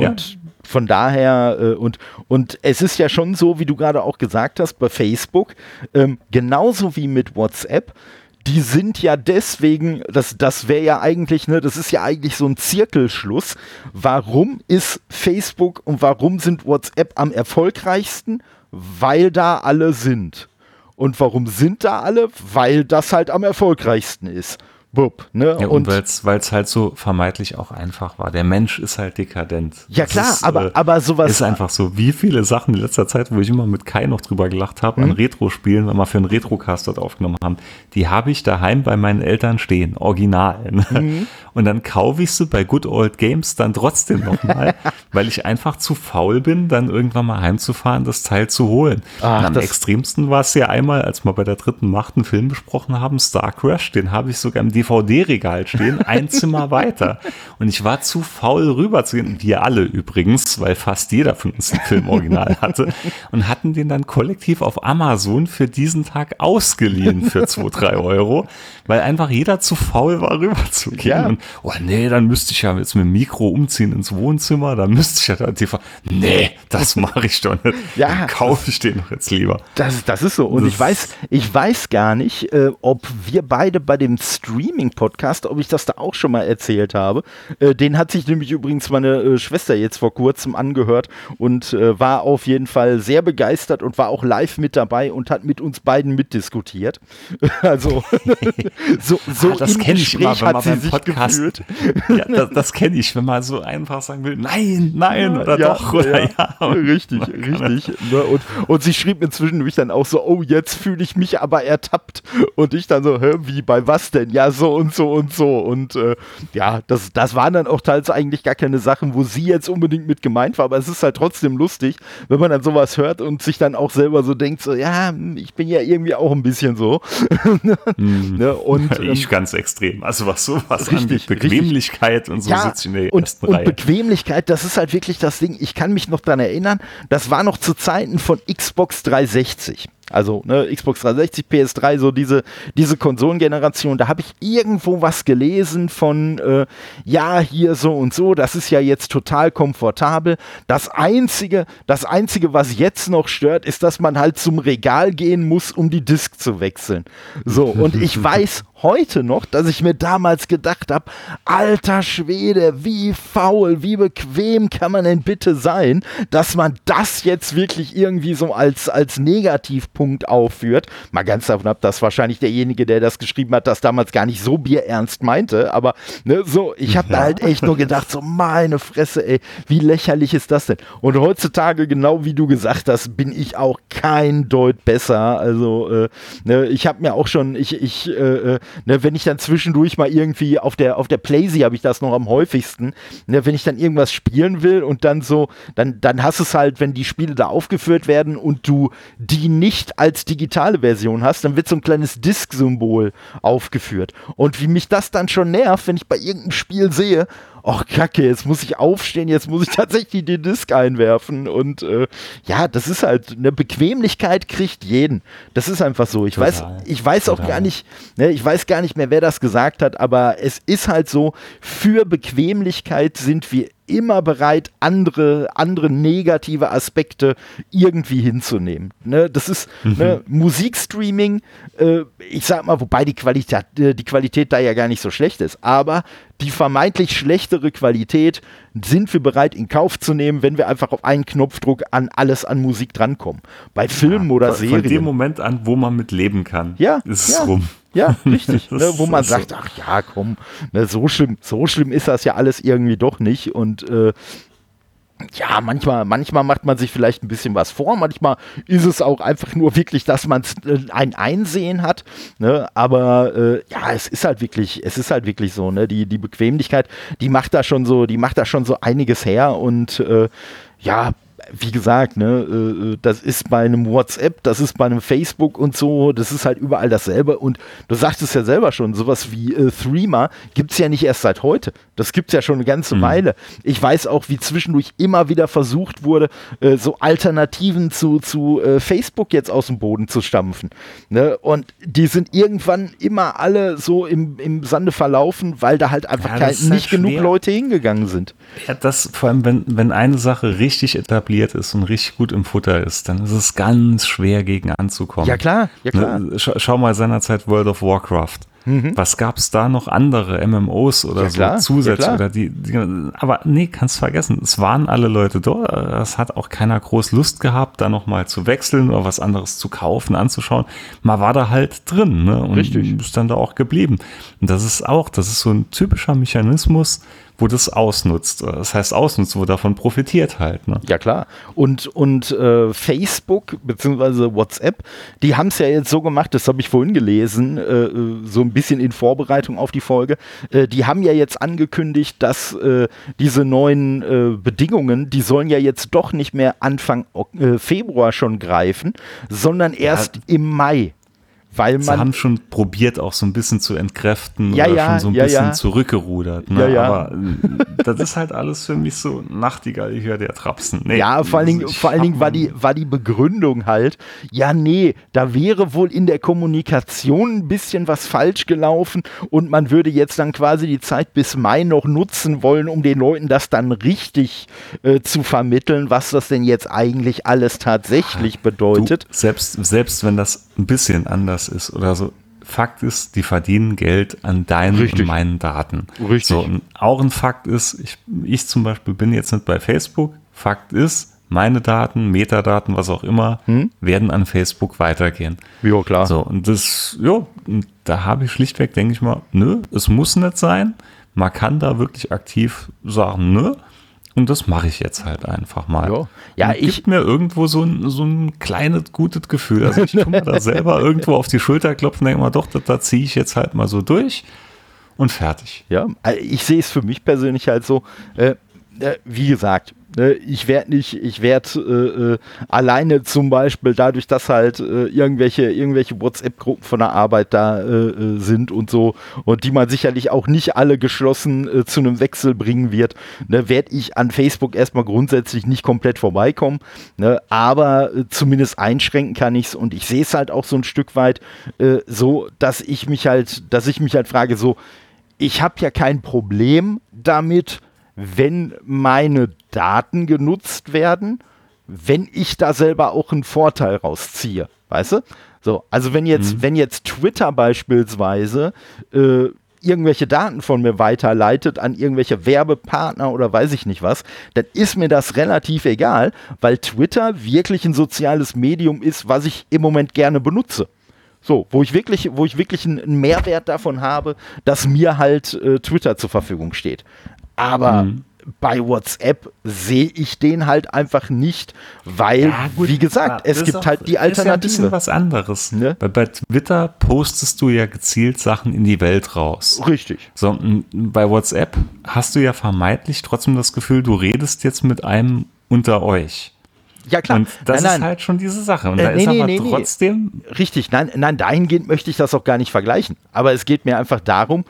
von daher, und es ist ja schon so, wie du gerade auch gesagt hast, bei Facebook, genauso wie mit WhatsApp, die sind ja deswegen, das wäre ja eigentlich, das ist ja eigentlich so ein Zirkelschluss. Warum ist Facebook und warum sind WhatsApp am erfolgreichsten? Weil da alle sind. Und warum sind da alle? Weil das halt am erfolgreichsten ist. Ne? Ja, und weil es halt so vermeintlich auch einfach war. Der Mensch ist halt dekadent. Ja klar, aber sowas ist einfach so. Wie viele Sachen in letzter Zeit, wo ich immer mit Kai noch drüber gelacht habe, an Retro-Spielen, wenn wir für einen Retrocast dort aufgenommen haben, die habe ich daheim bei meinen Eltern stehen, original. Und dann kaufe ich sie bei Good Old Games dann trotzdem nochmal, weil ich einfach zu faul bin, dann irgendwann mal heimzufahren, das Teil zu holen. Und am extremsten war es ja einmal, als wir bei der dritten Macht einen Film besprochen haben, Star Crash, den habe ich sogar im DVD-Regal stehen, ein Zimmer weiter. Und ich war zu faul rüber zu gehen, wir alle übrigens, weil fast jeder von uns ein Filmoriginal hatte, und hatten den dann kollektiv auf Amazon für diesen Tag ausgeliehen für 2-3 Euro, weil einfach jeder zu faul war, rüber zu gehen. Ja. Und, dann müsste ich ja jetzt mit dem Mikro umziehen ins Wohnzimmer, dann müsste ich ja da TV. Nee, das mache ich doch nicht. Ja, dann kaufe ich den doch jetzt lieber. Das ist so. Und ich weiß gar nicht, ob wir beide bei dem Streaming-Podcast, ob ich das da auch schon mal erzählt habe. Den hat sich nämlich übrigens meine Schwester jetzt vor kurzem angehört und war auf jeden Fall sehr begeistert und war auch live mit dabei und hat mit uns beiden mitdiskutiert. Also so das kenne ich immer, wenn man beim Podcast gefühlt. Ja, das kenne ich, wenn man so einfach sagen will, nein oder doch oder ja. Richtig. Und sie schrieb mir zwischendurch dann auch so, oh, jetzt fühle ich mich aber ertappt. Und ich dann so, wie, bei was denn? Ja, so und so und so. Und das waren dann auch teils eigentlich gar keine Sachen, wo sie jetzt unbedingt mit gemeint war, aber es ist halt trotzdem lustig, wenn man dann sowas hört und sich dann auch selber so denkt, so, ja, ich bin ja irgendwie auch ein bisschen so. Ne? Und ich ganz extrem. Also was sowas angeht, Bequemlichkeit und so sitze ich in der ersten Reihe. Und Bequemlichkeit, das ist halt wirklich das Ding, ich kann mich noch daran erinnern, das war noch zu Zeiten von Xbox 360. Also Xbox 360, PS3, so diese Konsolengeneration, da habe ich irgendwo was gelesen von, hier so und so, das ist ja jetzt total komfortabel. Das Einzige, was jetzt noch stört, ist, dass man halt zum Regal gehen muss, um die Disk zu wechseln. So, und ich weiß heute noch, dass ich mir damals gedacht habe, alter Schwede, wie faul, wie bequem kann man denn bitte sein, dass man das jetzt wirklich irgendwie so als Negativpunkt aufführt. Mal ganz davon ab, dass wahrscheinlich derjenige, der das geschrieben hat, das damals gar nicht so bierernst meinte, aber ich habe da halt echt nur gedacht, so meine Fresse, ey, wie lächerlich ist das denn? Und heutzutage, genau wie du gesagt hast, bin ich auch kein Deut besser. Also, ich habe mir auch schon, wenn ich dann zwischendurch mal irgendwie auf der Playsee habe ich das noch am häufigsten, wenn ich dann irgendwas spielen will und dann so, dann hast du es halt, wenn die Spiele da aufgeführt werden und du die nicht als digitale Version hast, dann wird so ein kleines Disk-Symbol aufgeführt. Und wie mich das dann schon nervt, wenn ich bei irgendeinem Spiel sehe, ach Kacke, jetzt muss ich aufstehen, jetzt muss ich tatsächlich die Disk einwerfen und das ist halt, eine Bequemlichkeit kriegt jeden. Das ist einfach so. Ich weiß auch gar nicht, ich weiß gar nicht mehr, wer das gesagt hat, aber es ist halt so, für Bequemlichkeit sind wir immer bereit, andere negative Aspekte irgendwie hinzunehmen. Ne? Das ist Musikstreaming, ich sag mal, wobei die Qualität da ja gar nicht so schlecht ist, aber die vermeintlich schlechtere Qualität sind wir bereit in Kauf zu nehmen, wenn wir einfach auf einen Knopfdruck an alles an Musik drankommen. Bei Filmen oder Serien. Von dem Moment an, wo man mit leben kann, ist es rum. Ja, richtig. Ne, wo man sagt, ach ja, komm, ne, so schlimm ist das ja alles irgendwie doch nicht. Und ja, manchmal macht man sich vielleicht ein bisschen was vor, manchmal ist es auch einfach nur wirklich, dass man ein Einsehen hat, ne? Aber ja, es ist halt wirklich so, ne? Die Bequemlichkeit, die macht da schon so einiges her und ja, wie gesagt, ne, das ist bei einem WhatsApp, das ist bei einem Facebook und so, das ist halt überall dasselbe. Und du sagtest ja selber schon, sowas wie Threema gibt es ja nicht erst seit heute. Das gibt es ja schon eine ganze Weile. Ich weiß auch, wie zwischendurch immer wieder versucht wurde, so Alternativen zu Facebook jetzt aus dem Boden zu stampfen. Ne? Und die sind irgendwann immer alle so im Sande verlaufen, weil da halt einfach nicht genug Leute hingegangen sind. Ja, das vor allem, wenn eine Sache richtig etabliert ist und richtig gut im Futter ist, dann ist es ganz schwer gegen anzukommen. Ja klar. Ne? Schau mal seinerzeit World of Warcraft. Was gab es da noch andere MMOs oder so zusätzlich? Oder aber nee, kannst vergessen. Es waren alle Leute dort. Es hat auch keiner groß Lust gehabt, da nochmal zu wechseln oder was anderes zu kaufen, anzuschauen. Man war da halt drin, ne? Und ist dann da auch geblieben. Und das ist so ein typischer Mechanismus, wo das ausnutzt. Das heißt ausnutzt, wo davon profitiert halt. Ne? Ja klar. Und Facebook bzw. WhatsApp, die haben es ja jetzt so gemacht, das habe ich vorhin gelesen, so ein bisschen in Vorbereitung auf die Folge, die haben ja jetzt angekündigt, dass diese neuen Bedingungen, die sollen ja jetzt doch nicht mehr Anfang Februar schon greifen, sondern erst im Mai. Weil Sie haben schon probiert, auch so ein bisschen zu entkräften oder schon so ein bisschen zurückgerudert. Ne? Aber das ist halt alles für mich so Nachtigall, ich höre der Trapsen. Nee, ja, vor allen Dingen war die Begründung halt, da wäre wohl in der Kommunikation ein bisschen was falsch gelaufen und man würde jetzt dann quasi die Zeit bis Mai noch nutzen wollen, um den Leuten das dann richtig zu vermitteln, was das denn jetzt eigentlich alles tatsächlich bedeutet. Selbst wenn das ein bisschen anders ist oder so. Fakt ist, die verdienen Geld an deinen und meinen Daten. Richtig. So, und auch ein Fakt ist, ich zum Beispiel bin jetzt nicht bei Facebook. Fakt ist, meine Daten, Metadaten, was auch immer, werden an Facebook weitergehen. Ja, klar. So, und da habe ich schlichtweg, denke ich mal, es muss nicht sein. Man kann da wirklich aktiv sagen, und das mache ich jetzt halt einfach mal. Ja, gibt mir irgendwo so ein kleines, gutes Gefühl. Also ich kann mir da selber irgendwo auf die Schulter klopfen und denke mal, doch, da ziehe ich jetzt halt mal so durch und fertig. Ja, ich sehe es für mich persönlich halt so, wie gesagt, ich werde alleine zum Beispiel dadurch, dass halt irgendwelche WhatsApp-Gruppen von der Arbeit da sind und so und die man sicherlich auch nicht alle geschlossen zu einem Wechsel bringen wird, werde ich an Facebook erstmal grundsätzlich nicht komplett vorbeikommen, aber zumindest einschränken kann ich es und ich sehe es halt auch so ein Stück weit so, dass ich mich halt frage, so, ich habe ja kein Problem damit, wenn meine Daten genutzt werden, wenn ich da selber auch einen Vorteil rausziehe, weißt du? So, also wenn jetzt Twitter beispielsweise irgendwelche Daten von mir weiterleitet an irgendwelche Werbepartner oder weiß ich nicht was, dann ist mir das relativ egal, weil Twitter wirklich ein soziales Medium ist, was ich im Moment gerne benutze. So, wo ich wirklich einen Mehrwert davon habe, dass mir halt Twitter zur Verfügung steht. Aber bei WhatsApp sehe ich den halt einfach nicht, weil, wie gesagt, es gibt halt die Alternative. Das ist ja ein bisschen was anderes. Ne? Bei Twitter postest du ja gezielt Sachen in die Welt raus. Richtig. So, bei WhatsApp hast du ja vermeintlich trotzdem das Gefühl, du redest jetzt mit einem unter euch. Ja, klar. Und das ist halt schon diese Sache. Und da ist aber trotzdem... Richtig, nein, dahingehend möchte ich das auch gar nicht vergleichen. Aber es geht mir einfach darum,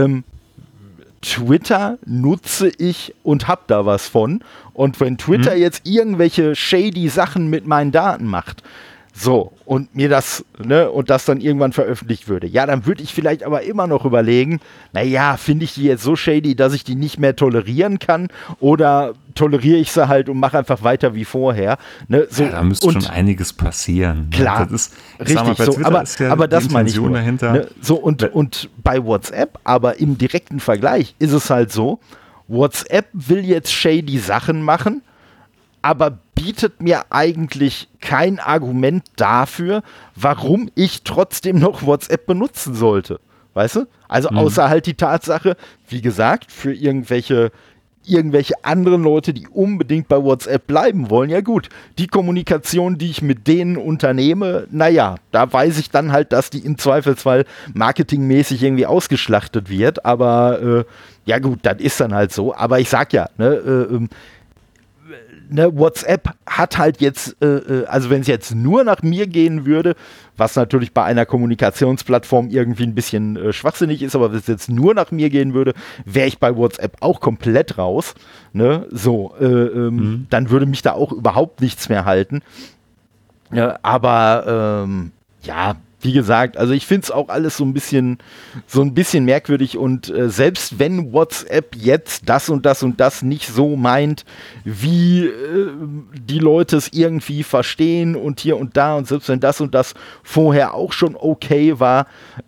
Twitter nutze ich und hab da was von. Und wenn Twitter jetzt irgendwelche shady Sachen mit meinen Daten macht, So, und mir das, ne, und das dann irgendwann veröffentlicht würde. Ja, dann würde ich vielleicht aber immer noch überlegen, naja, finde ich die jetzt so shady, dass ich die nicht mehr tolerieren kann, oder toleriere ich sie halt und mache einfach weiter wie vorher. Ne, so, ja, da müsste schon einiges passieren. Klar, das ist, richtig, mal, so, aber das meine ich nur. Dahinter. Ne, so, und bei WhatsApp, aber im direkten Vergleich ist es halt so, WhatsApp will jetzt shady Sachen machen, aber bietet mir eigentlich kein Argument dafür, warum ich trotzdem noch WhatsApp benutzen sollte. Weißt du? Also außer halt die Tatsache, wie gesagt, für irgendwelche anderen Leute, die unbedingt bei WhatsApp bleiben wollen, ja gut, die Kommunikation, die ich mit denen unternehme, naja, da weiß ich dann halt, dass die im Zweifelsfall marketingmäßig irgendwie ausgeschlachtet wird, aber ja gut, das ist dann halt so, aber ich sag ja, WhatsApp hat halt jetzt, also wenn es jetzt nur nach mir gehen würde, was natürlich bei einer Kommunikationsplattform irgendwie ein bisschen schwachsinnig ist, aber wenn es jetzt nur nach mir gehen würde, wäre ich bei WhatsApp auch komplett raus. Ne? So, dann würde mich da auch überhaupt nichts mehr halten. Ja, aber ja, wie gesagt, also ich finde es auch alles so ein bisschen merkwürdig, und selbst wenn WhatsApp jetzt das und das und das nicht so meint, wie die Leute es irgendwie verstehen und hier und da, und selbst wenn das und das vorher auch schon okay war,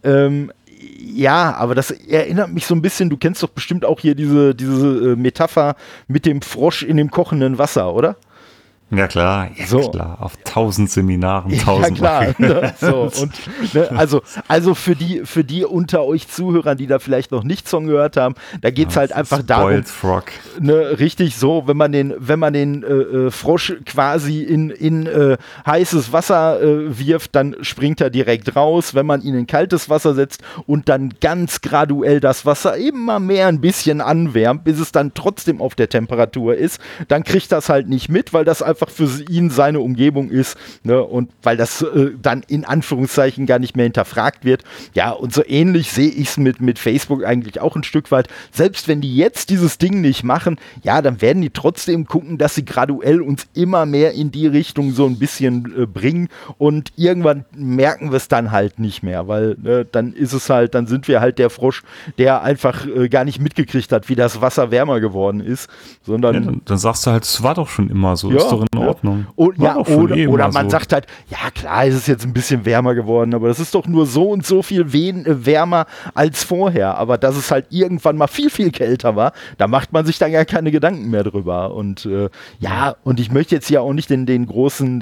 ja, aber das erinnert mich so ein bisschen, du kennst doch bestimmt auch hier diese Metapher mit dem Frosch in dem kochenden Wasser, oder? Ja klar, klar, auf 1000 Seminaren, 1000 Ja klar, ne? So, und, ne, also für die unter euch Zuhörern, die da vielleicht noch nichts von gehört haben, da geht es halt einfach darum, Frog. Ne, richtig so, wenn man den Frosch quasi in heißes Wasser wirft, dann springt er direkt raus. Wenn man ihn in kaltes Wasser setzt und dann ganz graduell das Wasser immer mehr ein bisschen anwärmt, bis es dann trotzdem auf der Temperatur ist, dann kriegt das halt nicht mit, weil das einfach für ihn seine Umgebung ist, ne, und weil das dann in Anführungszeichen gar nicht mehr hinterfragt wird. Ja, und so ähnlich sehe ich es mit Facebook eigentlich auch ein Stück weit. Selbst wenn die jetzt dieses Ding nicht machen, ja, dann werden die trotzdem gucken, dass sie graduell uns immer mehr in die Richtung so ein bisschen bringen, und irgendwann merken wir es dann halt nicht mehr, weil dann ist es halt, dann sind wir halt der Frosch, der einfach gar nicht mitgekriegt hat, wie das Wasser wärmer geworden ist, sondern... Ja, dann sagst du halt, es war doch schon immer so, ist doch in Ordnung. Oder man sagt halt, ja klar, ist es jetzt ein bisschen wärmer geworden, aber das ist doch nur so und so viel wärmer als vorher, aber dass es halt irgendwann mal viel, viel kälter war, da macht man sich dann gar keine Gedanken mehr drüber, und ja, und ich möchte jetzt hier auch nicht den großen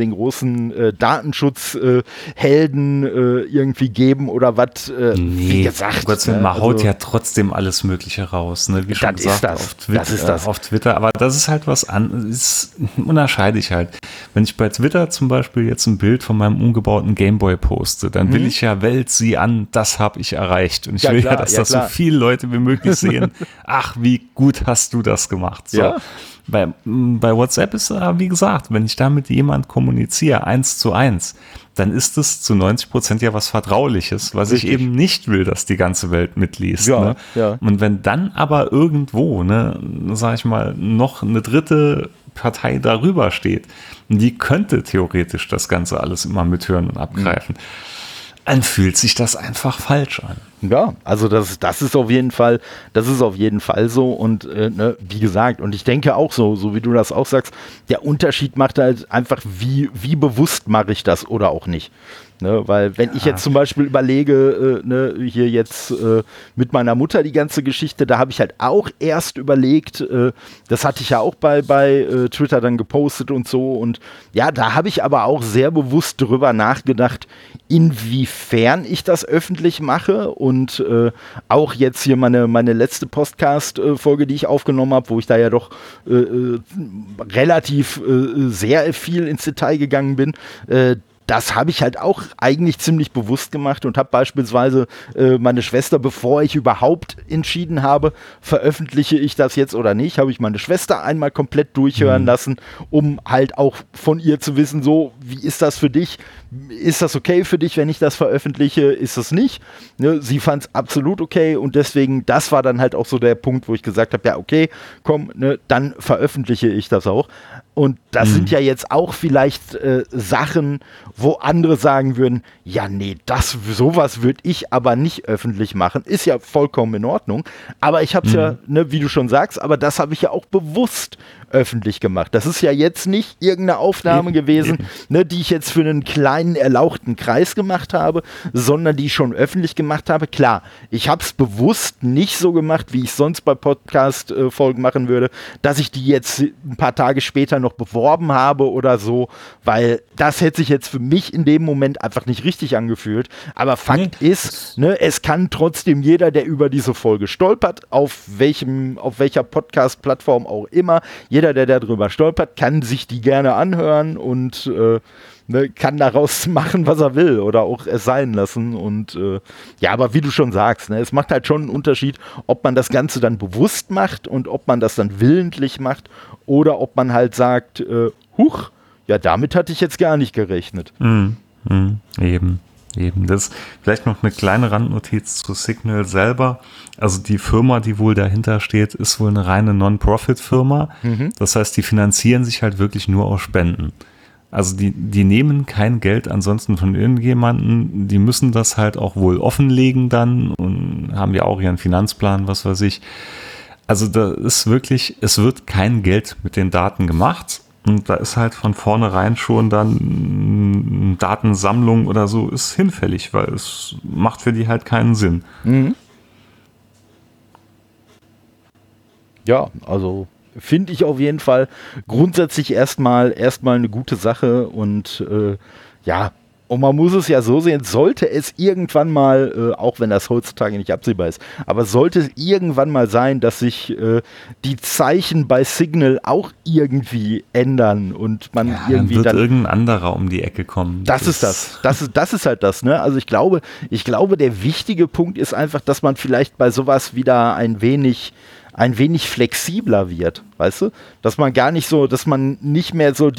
Datenschutzhelden irgendwie geben oder was, wie gesagt. Gott sei Dank, man haut ja trotzdem alles Mögliche raus, ne? Wie schon gesagt, auf Twitter, aber das ist halt was anderes, unterscheide ich halt. Wenn ich bei Twitter zum Beispiel jetzt ein Bild von meinem umgebauten Gameboy poste, dann will ich ja, Welt, sieh an, das habe ich erreicht. Und ich will ja, dass das so viele Leute wie möglich sehen. Ach, wie gut hast du das gemacht. So. Ja. Bei WhatsApp ist, wie gesagt, wenn ich da mit jemand kommuniziere, 1:1, dann ist es zu 90% ja was Vertrauliches, was ich eben nicht will, dass die ganze Welt mitliest. Ja, ne? Ja. Und wenn dann aber irgendwo, ne, sag ich mal, noch eine dritte Partei darüber steht, die könnte theoretisch das Ganze alles immer mithören und abgreifen, dann fühlt sich das einfach falsch an. Ja, also das ist auf jeden Fall so, und ne, wie gesagt, und ich denke auch so wie du das auch sagst, der Unterschied macht halt einfach, wie bewusst mache ich das oder auch nicht. Ne, weil wenn ich jetzt zum Beispiel überlege, hier jetzt mit meiner Mutter die ganze Geschichte, da habe ich halt auch erst überlegt, das hatte ich ja auch bei Twitter dann gepostet und so, und ja, da habe ich aber auch sehr bewusst drüber nachgedacht, inwiefern ich das öffentlich mache, und auch jetzt hier meine letzte Podcast-Folge, die ich aufgenommen habe, wo ich da ja doch relativ sehr viel ins Detail gegangen bin, das habe ich halt auch eigentlich ziemlich bewusst gemacht und habe beispielsweise meine Schwester, bevor ich überhaupt entschieden habe, veröffentliche ich das jetzt oder nicht, habe ich meine Schwester einmal komplett durchhören lassen, um halt auch von ihr zu wissen, so, wie ist das für dich? Ist das okay für dich, wenn ich das veröffentliche? Ist das nicht? Ne, sie fand es absolut okay, und deswegen, das war dann halt auch so der Punkt, wo ich gesagt habe, ja okay, komm, ne, dann veröffentliche ich das auch. Und das sind ja jetzt auch vielleicht Sachen, wo andere sagen würden, ja nee, sowas würde ich aber nicht öffentlich machen. Ist ja vollkommen in Ordnung. Aber ich habe es ja, ne, wie du schon sagst, aber das habe ich ja auch bewusst öffentlich gemacht. Das ist ja jetzt nicht irgendeine Aufnahme gewesen, ne, die ich jetzt für einen kleinen, erlauchten Kreis gemacht habe, sondern die ich schon öffentlich gemacht habe. Klar, ich habe es bewusst nicht so gemacht, wie ich sonst bei Podcast-Folgen machen würde, dass ich die jetzt ein paar Tage später noch beworben habe oder so, weil das hätte sich jetzt für mich in dem Moment einfach nicht richtig angefühlt. Aber Fakt ist, ne, es kann trotzdem jeder, der über diese Folge stolpert, auf welcher Podcast-Plattform auch immer, jeder, der darüber stolpert, kann sich die gerne anhören und ne, kann daraus machen, was er will oder auch es sein lassen. Und ja, aber wie du schon sagst, ne, es macht halt schon einen Unterschied, ob man das Ganze dann bewusst macht und ob man das dann willentlich macht oder ob man halt sagt, huch, ja, damit hatte ich jetzt gar nicht gerechnet. Eben. Das ist vielleicht noch eine kleine Randnotiz zu Signal selber. Also die Firma, die wohl dahinter steht, ist wohl eine reine Non-Profit-Firma. Das heißt, die finanzieren sich halt wirklich nur aus Spenden. Also die nehmen kein Geld ansonsten von irgendjemanden. Die müssen das halt auch wohl offenlegen dann und haben ja auch ihren Finanzplan, was weiß ich. Also da ist wirklich, es wird kein Geld mit den Daten gemacht. Und da ist halt von vornherein schon dann Datensammlung oder so ist hinfällig, weil es macht für die halt keinen Sinn. Ja, also finde ich auf jeden Fall grundsätzlich erstmal eine gute Sache und ja, und man muss es ja so sehen, sollte es irgendwann mal, auch wenn das heutzutage nicht absehbar ist, aber sollte es irgendwann mal sein, dass sich die Zeichen bei Signal auch irgendwie ändern und man irgendwie dann wird irgendein anderer um die Ecke kommen. Das ist halt das, ne? Also ich glaube, der wichtige Punkt ist einfach, dass man vielleicht bei sowas wieder ein wenig flexibler wird, weißt du? Dass man gar nicht so, dass man nicht mehr so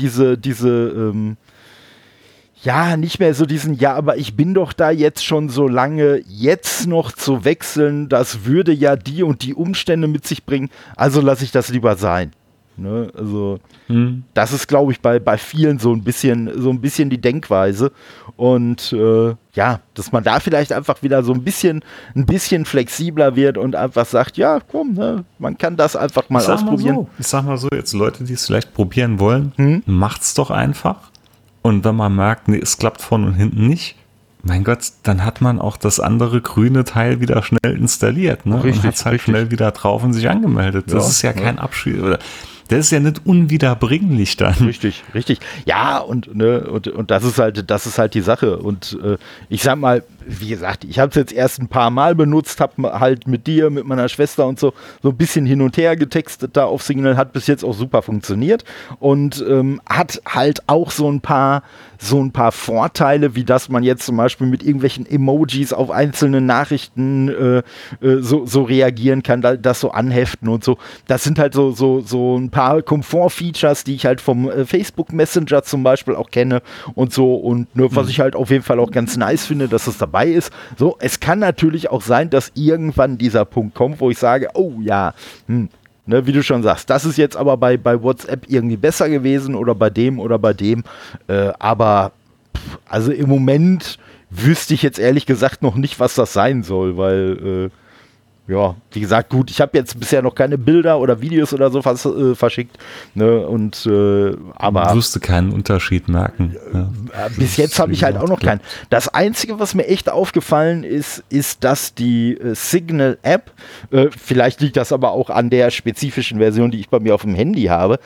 nicht mehr so diesen, ja, aber ich bin doch da jetzt schon so lange, jetzt noch zu wechseln, das würde ja die und die Umstände mit sich bringen, also lasse ich das lieber sein. Ne? Also das ist, glaube ich, bei vielen so ein bisschen die Denkweise und ja, dass man da vielleicht einfach wieder so ein bisschen flexibler wird und einfach sagt, ja, komm, ne, man kann das einfach mal ausprobieren. Ich sag mal so, jetzt Leute, die es vielleicht probieren wollen, macht's doch einfach. Und wenn man merkt, nee, es klappt vorne und hinten nicht, mein Gott, dann hat man auch das andere grüne Teil wieder schnell installiert, ne? Richtig, und hat es halt schnell wieder drauf und sich angemeldet. Das ist ja kein Abschied, oder das ist ja nicht unwiederbringlich dann. Richtig. Ja, und das ist halt die Sache. Und ich sag mal, wie gesagt, ich habe es jetzt erst ein paar Mal benutzt, habe halt mit dir, mit meiner Schwester und so ein bisschen hin und her getextet da auf Signal, hat bis jetzt auch super funktioniert und hat halt auch so ein paar Vorteile, wie dass man jetzt zum Beispiel mit irgendwelchen Emojis auf einzelne Nachrichten so reagieren kann, das so anheften und so. Das sind halt so ein paar Komfort-Features, die ich halt vom Facebook Messenger zum Beispiel auch kenne und so und nur was ich halt auf jeden Fall auch ganz nice finde, dass es dabei ist. So, es kann natürlich auch sein, dass irgendwann dieser Punkt kommt, wo ich sage, oh ja, ne, wie du schon sagst, das ist jetzt aber bei WhatsApp irgendwie besser gewesen oder bei dem, aber also im Moment wüsste ich jetzt ehrlich gesagt noch nicht, was das sein soll, weil ja, wie gesagt, gut, ich habe jetzt bisher noch keine Bilder oder Videos oder so verschickt, ne, und aber du wirst keinen Unterschied merken. Ja. Bis jetzt habe ich halt auch noch keinen. Das Einzige, was mir echt aufgefallen ist, dass die Signal-App, vielleicht liegt das aber auch an der spezifischen Version, die ich bei mir auf dem Handy habe,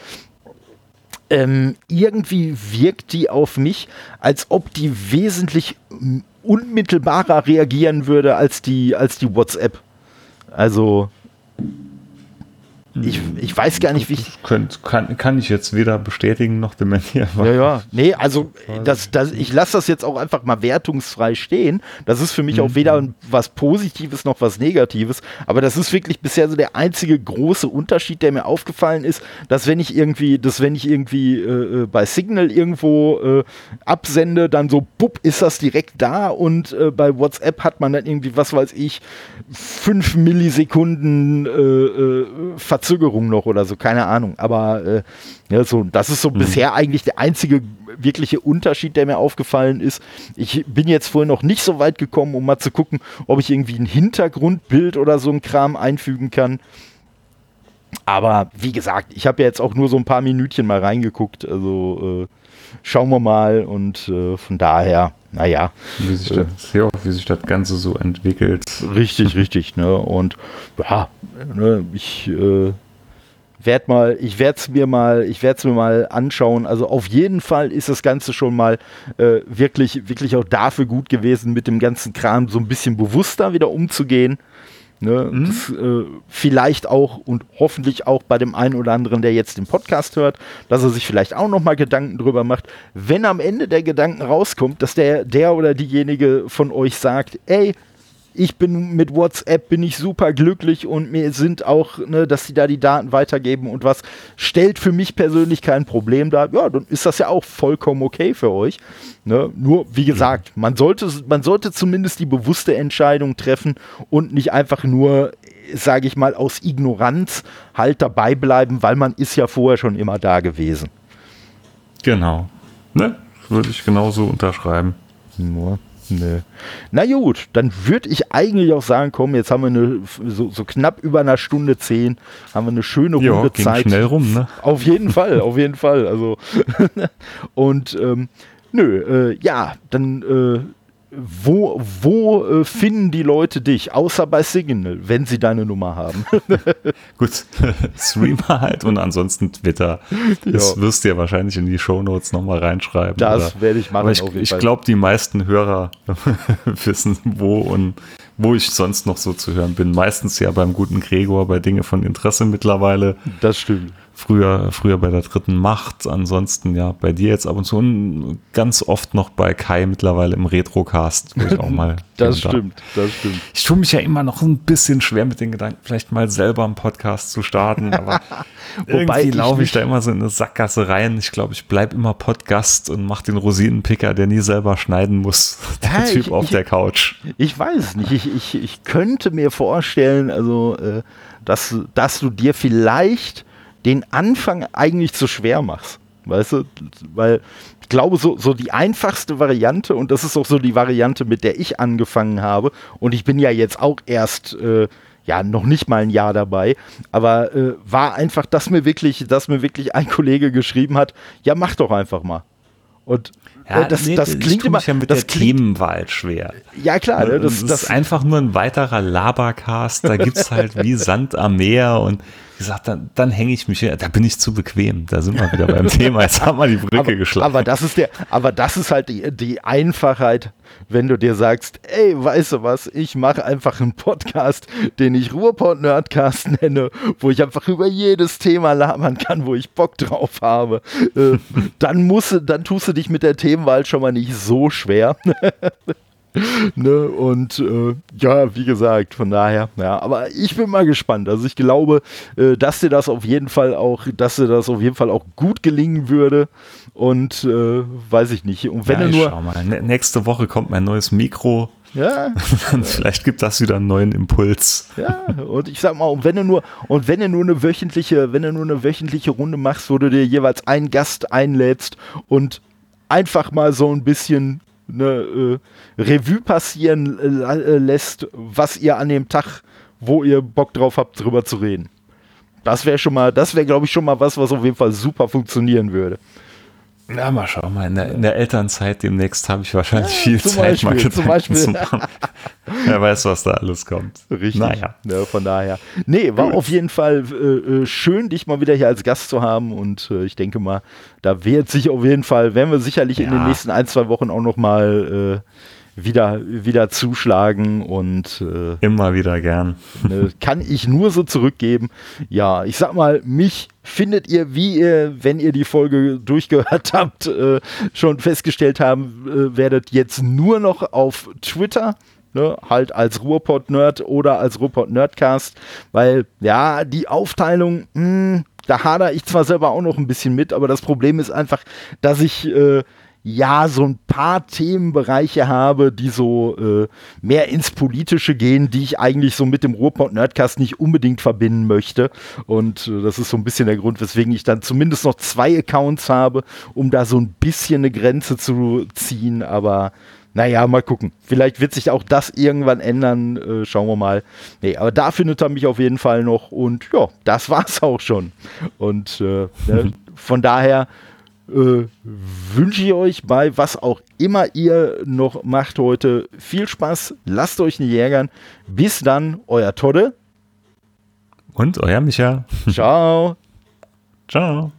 irgendwie wirkt die auf mich, als ob die wesentlich unmittelbarer reagieren würde als die WhatsApp. Also, ich weiß gar nicht, wie ich... Kann ich jetzt weder bestätigen noch dementieren. Ja. Nee, also ich lasse das jetzt auch einfach mal wertungsfrei stehen. Das ist für mich auch weder was Positives noch was Negatives. Aber das ist wirklich bisher so der einzige große Unterschied, der mir aufgefallen ist, dass wenn ich irgendwie bei Signal irgendwo absende, dann so, bupp, ist das direkt da und bei WhatsApp hat man dann irgendwie, was weiß ich, 5 Millisekunden Verzögerung Verzögerung noch oder so, keine Ahnung. Aber ja, so, das ist so bisher eigentlich der einzige wirkliche Unterschied, der mir aufgefallen ist. Ich bin jetzt vorhin noch nicht so weit gekommen, um mal zu gucken, ob ich irgendwie ein Hintergrundbild oder so ein Kram einfügen kann. Aber wie gesagt, ich habe ja jetzt auch nur so ein paar Minütchen mal reingeguckt. Also schauen wir mal und von daher, naja. Wie sich das Ganze so entwickelt. Richtig, ne? Und ja, ne, ich werde es mir mal anschauen. Also auf jeden Fall ist das Ganze schon mal wirklich auch dafür gut gewesen, mit dem ganzen Kram so ein bisschen bewusster wieder umzugehen. Ne, das, vielleicht auch und hoffentlich auch bei dem einen oder anderen, der jetzt den Podcast hört, dass er sich vielleicht auch nochmal Gedanken drüber macht, wenn am Ende der Gedanken rauskommt, dass der oder diejenige von euch sagt, ey, ich bin mit WhatsApp, bin ich super glücklich und mir sind auch, ne, dass sie da die Daten weitergeben und was, stellt für mich persönlich kein Problem dar. Ja, dann ist das ja auch vollkommen okay für euch. Ne? Nur, wie gesagt, man sollte zumindest die bewusste Entscheidung treffen und nicht einfach nur, sage ich mal, aus Ignoranz halt dabei bleiben, weil man ist ja vorher schon immer da gewesen. Genau. Ne? Würde ich genauso unterschreiben. Nur. Nö. Na gut, dann würde ich eigentlich auch sagen, komm, jetzt haben wir so knapp über einer Stunde 10, haben wir eine schöne Runde Zeit. Ging schnell rum, ne? Auf jeden Fall. Also und ja, dann wo finden die Leute dich, außer bei Signal, wenn sie deine Nummer haben? Gut, Streamer halt und ansonsten Twitter. Das wirst du ja wahrscheinlich in die Shownotes nochmal reinschreiben. Das werde ich machen. Aber ich glaube, die meisten Hörer wissen, wo ich sonst noch so zu hören bin. Meistens ja beim guten Gregor, bei Dinge von Interesse mittlerweile. Das stimmt. Früher bei der dritten Macht, ansonsten ja bei dir jetzt ab und zu und ganz oft noch bei Kai mittlerweile im Retrocast, wo ich auch mal. Das stimmt. Ich tue mich ja immer noch ein bisschen schwer mit den Gedanken, vielleicht mal selber einen Podcast zu starten, aber irgendwie laufe ich da immer so in eine Sackgasse rein. Ich glaube, ich bleibe immer Podcast und mache den Rosinenpicker, der nie selber schneiden muss. Der Typ auf der Couch. Ich weiß es nicht. Ich könnte mir vorstellen, also dass du dir vielleicht den Anfang eigentlich zu schwer machst, weißt du, weil ich glaube, so die einfachste Variante, und das ist auch so die Variante, mit der ich angefangen habe, und ich bin ja jetzt auch erst, noch nicht mal ein Jahr dabei, aber war einfach, dass mir wirklich ein Kollege geschrieben hat, ja, mach doch einfach mal. Und das klingt immer ja mit der Themenwahl schwer. Ja, klar. Ne, das ist einfach nur ein weiterer Labercast. Da gibt es halt wie Sand am Meer. Und wie gesagt, dann hänge ich mich, da bin ich zu bequem. Da sind wir wieder beim Thema. Jetzt haben wir die Brücke geschlagen. Aber das ist halt die Einfachheit, wenn du dir sagst, ey, weißt du was, ich mache einfach einen Podcast, den ich Ruhrpott-Nerdcast nenne, wo ich einfach über jedes Thema labern kann, wo ich Bock drauf habe. Dann tust du dich mit der Themenwahl schon mal nicht so schwer. Ne? Und ja, wie gesagt, von daher, ja, aber ich bin mal gespannt. Also ich glaube, dass dir das auf jeden Fall auch gut gelingen würde. Und weiß ich nicht. Und wenn schau mal, nächste Woche kommt mein neues Mikro. Ja. Vielleicht gibt das wieder einen neuen Impuls. Ja, und ich sag mal, wenn du nur eine wöchentliche Runde machst, wo du dir jeweils einen Gast einlädst und einfach mal so ein bisschen eine Revue passieren lässt, was ihr an dem Tag, wo ihr Bock drauf habt, drüber zu reden. Das wäre, glaube ich, schon mal was auf jeden Fall super funktionieren würde. Na, mal schauen, in der Elternzeit demnächst habe ich wahrscheinlich viel Zeit, mal Gedanken zu machen. Wer weiß, was da alles kommt. Richtig. Naja. Ja, von daher. Nee, war auf jeden Fall schön, dich mal wieder hier als Gast zu haben, und ich denke mal, da werden wir sicherlich in den nächsten 1-2 Wochen auch noch mal wieder zuschlagen, und immer wieder gern. Kann ich nur so zurückgeben. Ja, ich sag mal, mich findet ihr, wie ihr, wenn ihr die Folge durchgehört habt, schon festgestellt haben werdet, jetzt nur noch auf Twitter. Ne, halt als Ruhrpott-Nerd oder als Ruhrpott-Nerdcast, weil ja, die Aufteilung, da hadere ich zwar selber auch noch ein bisschen mit, aber das Problem ist einfach, dass ich ja, so ein paar Themenbereiche habe, die so mehr ins Politische gehen, die ich eigentlich so mit dem Ruhrpott-Nerdcast nicht unbedingt verbinden möchte. Und das ist so ein bisschen der Grund, weswegen ich dann zumindest noch 2 Accounts habe, um da so ein bisschen eine Grenze zu ziehen. Aber naja, mal gucken. Vielleicht wird sich auch das irgendwann ändern. Schauen wir mal. Nee, aber da findet er mich auf jeden Fall noch. Und ja, das war's auch schon. Und von daher wünsche ich euch bei was auch immer ihr noch macht heute viel Spaß. Lasst euch nicht ärgern. Bis dann, euer Todde. Und euer Micha. Ciao. Ciao.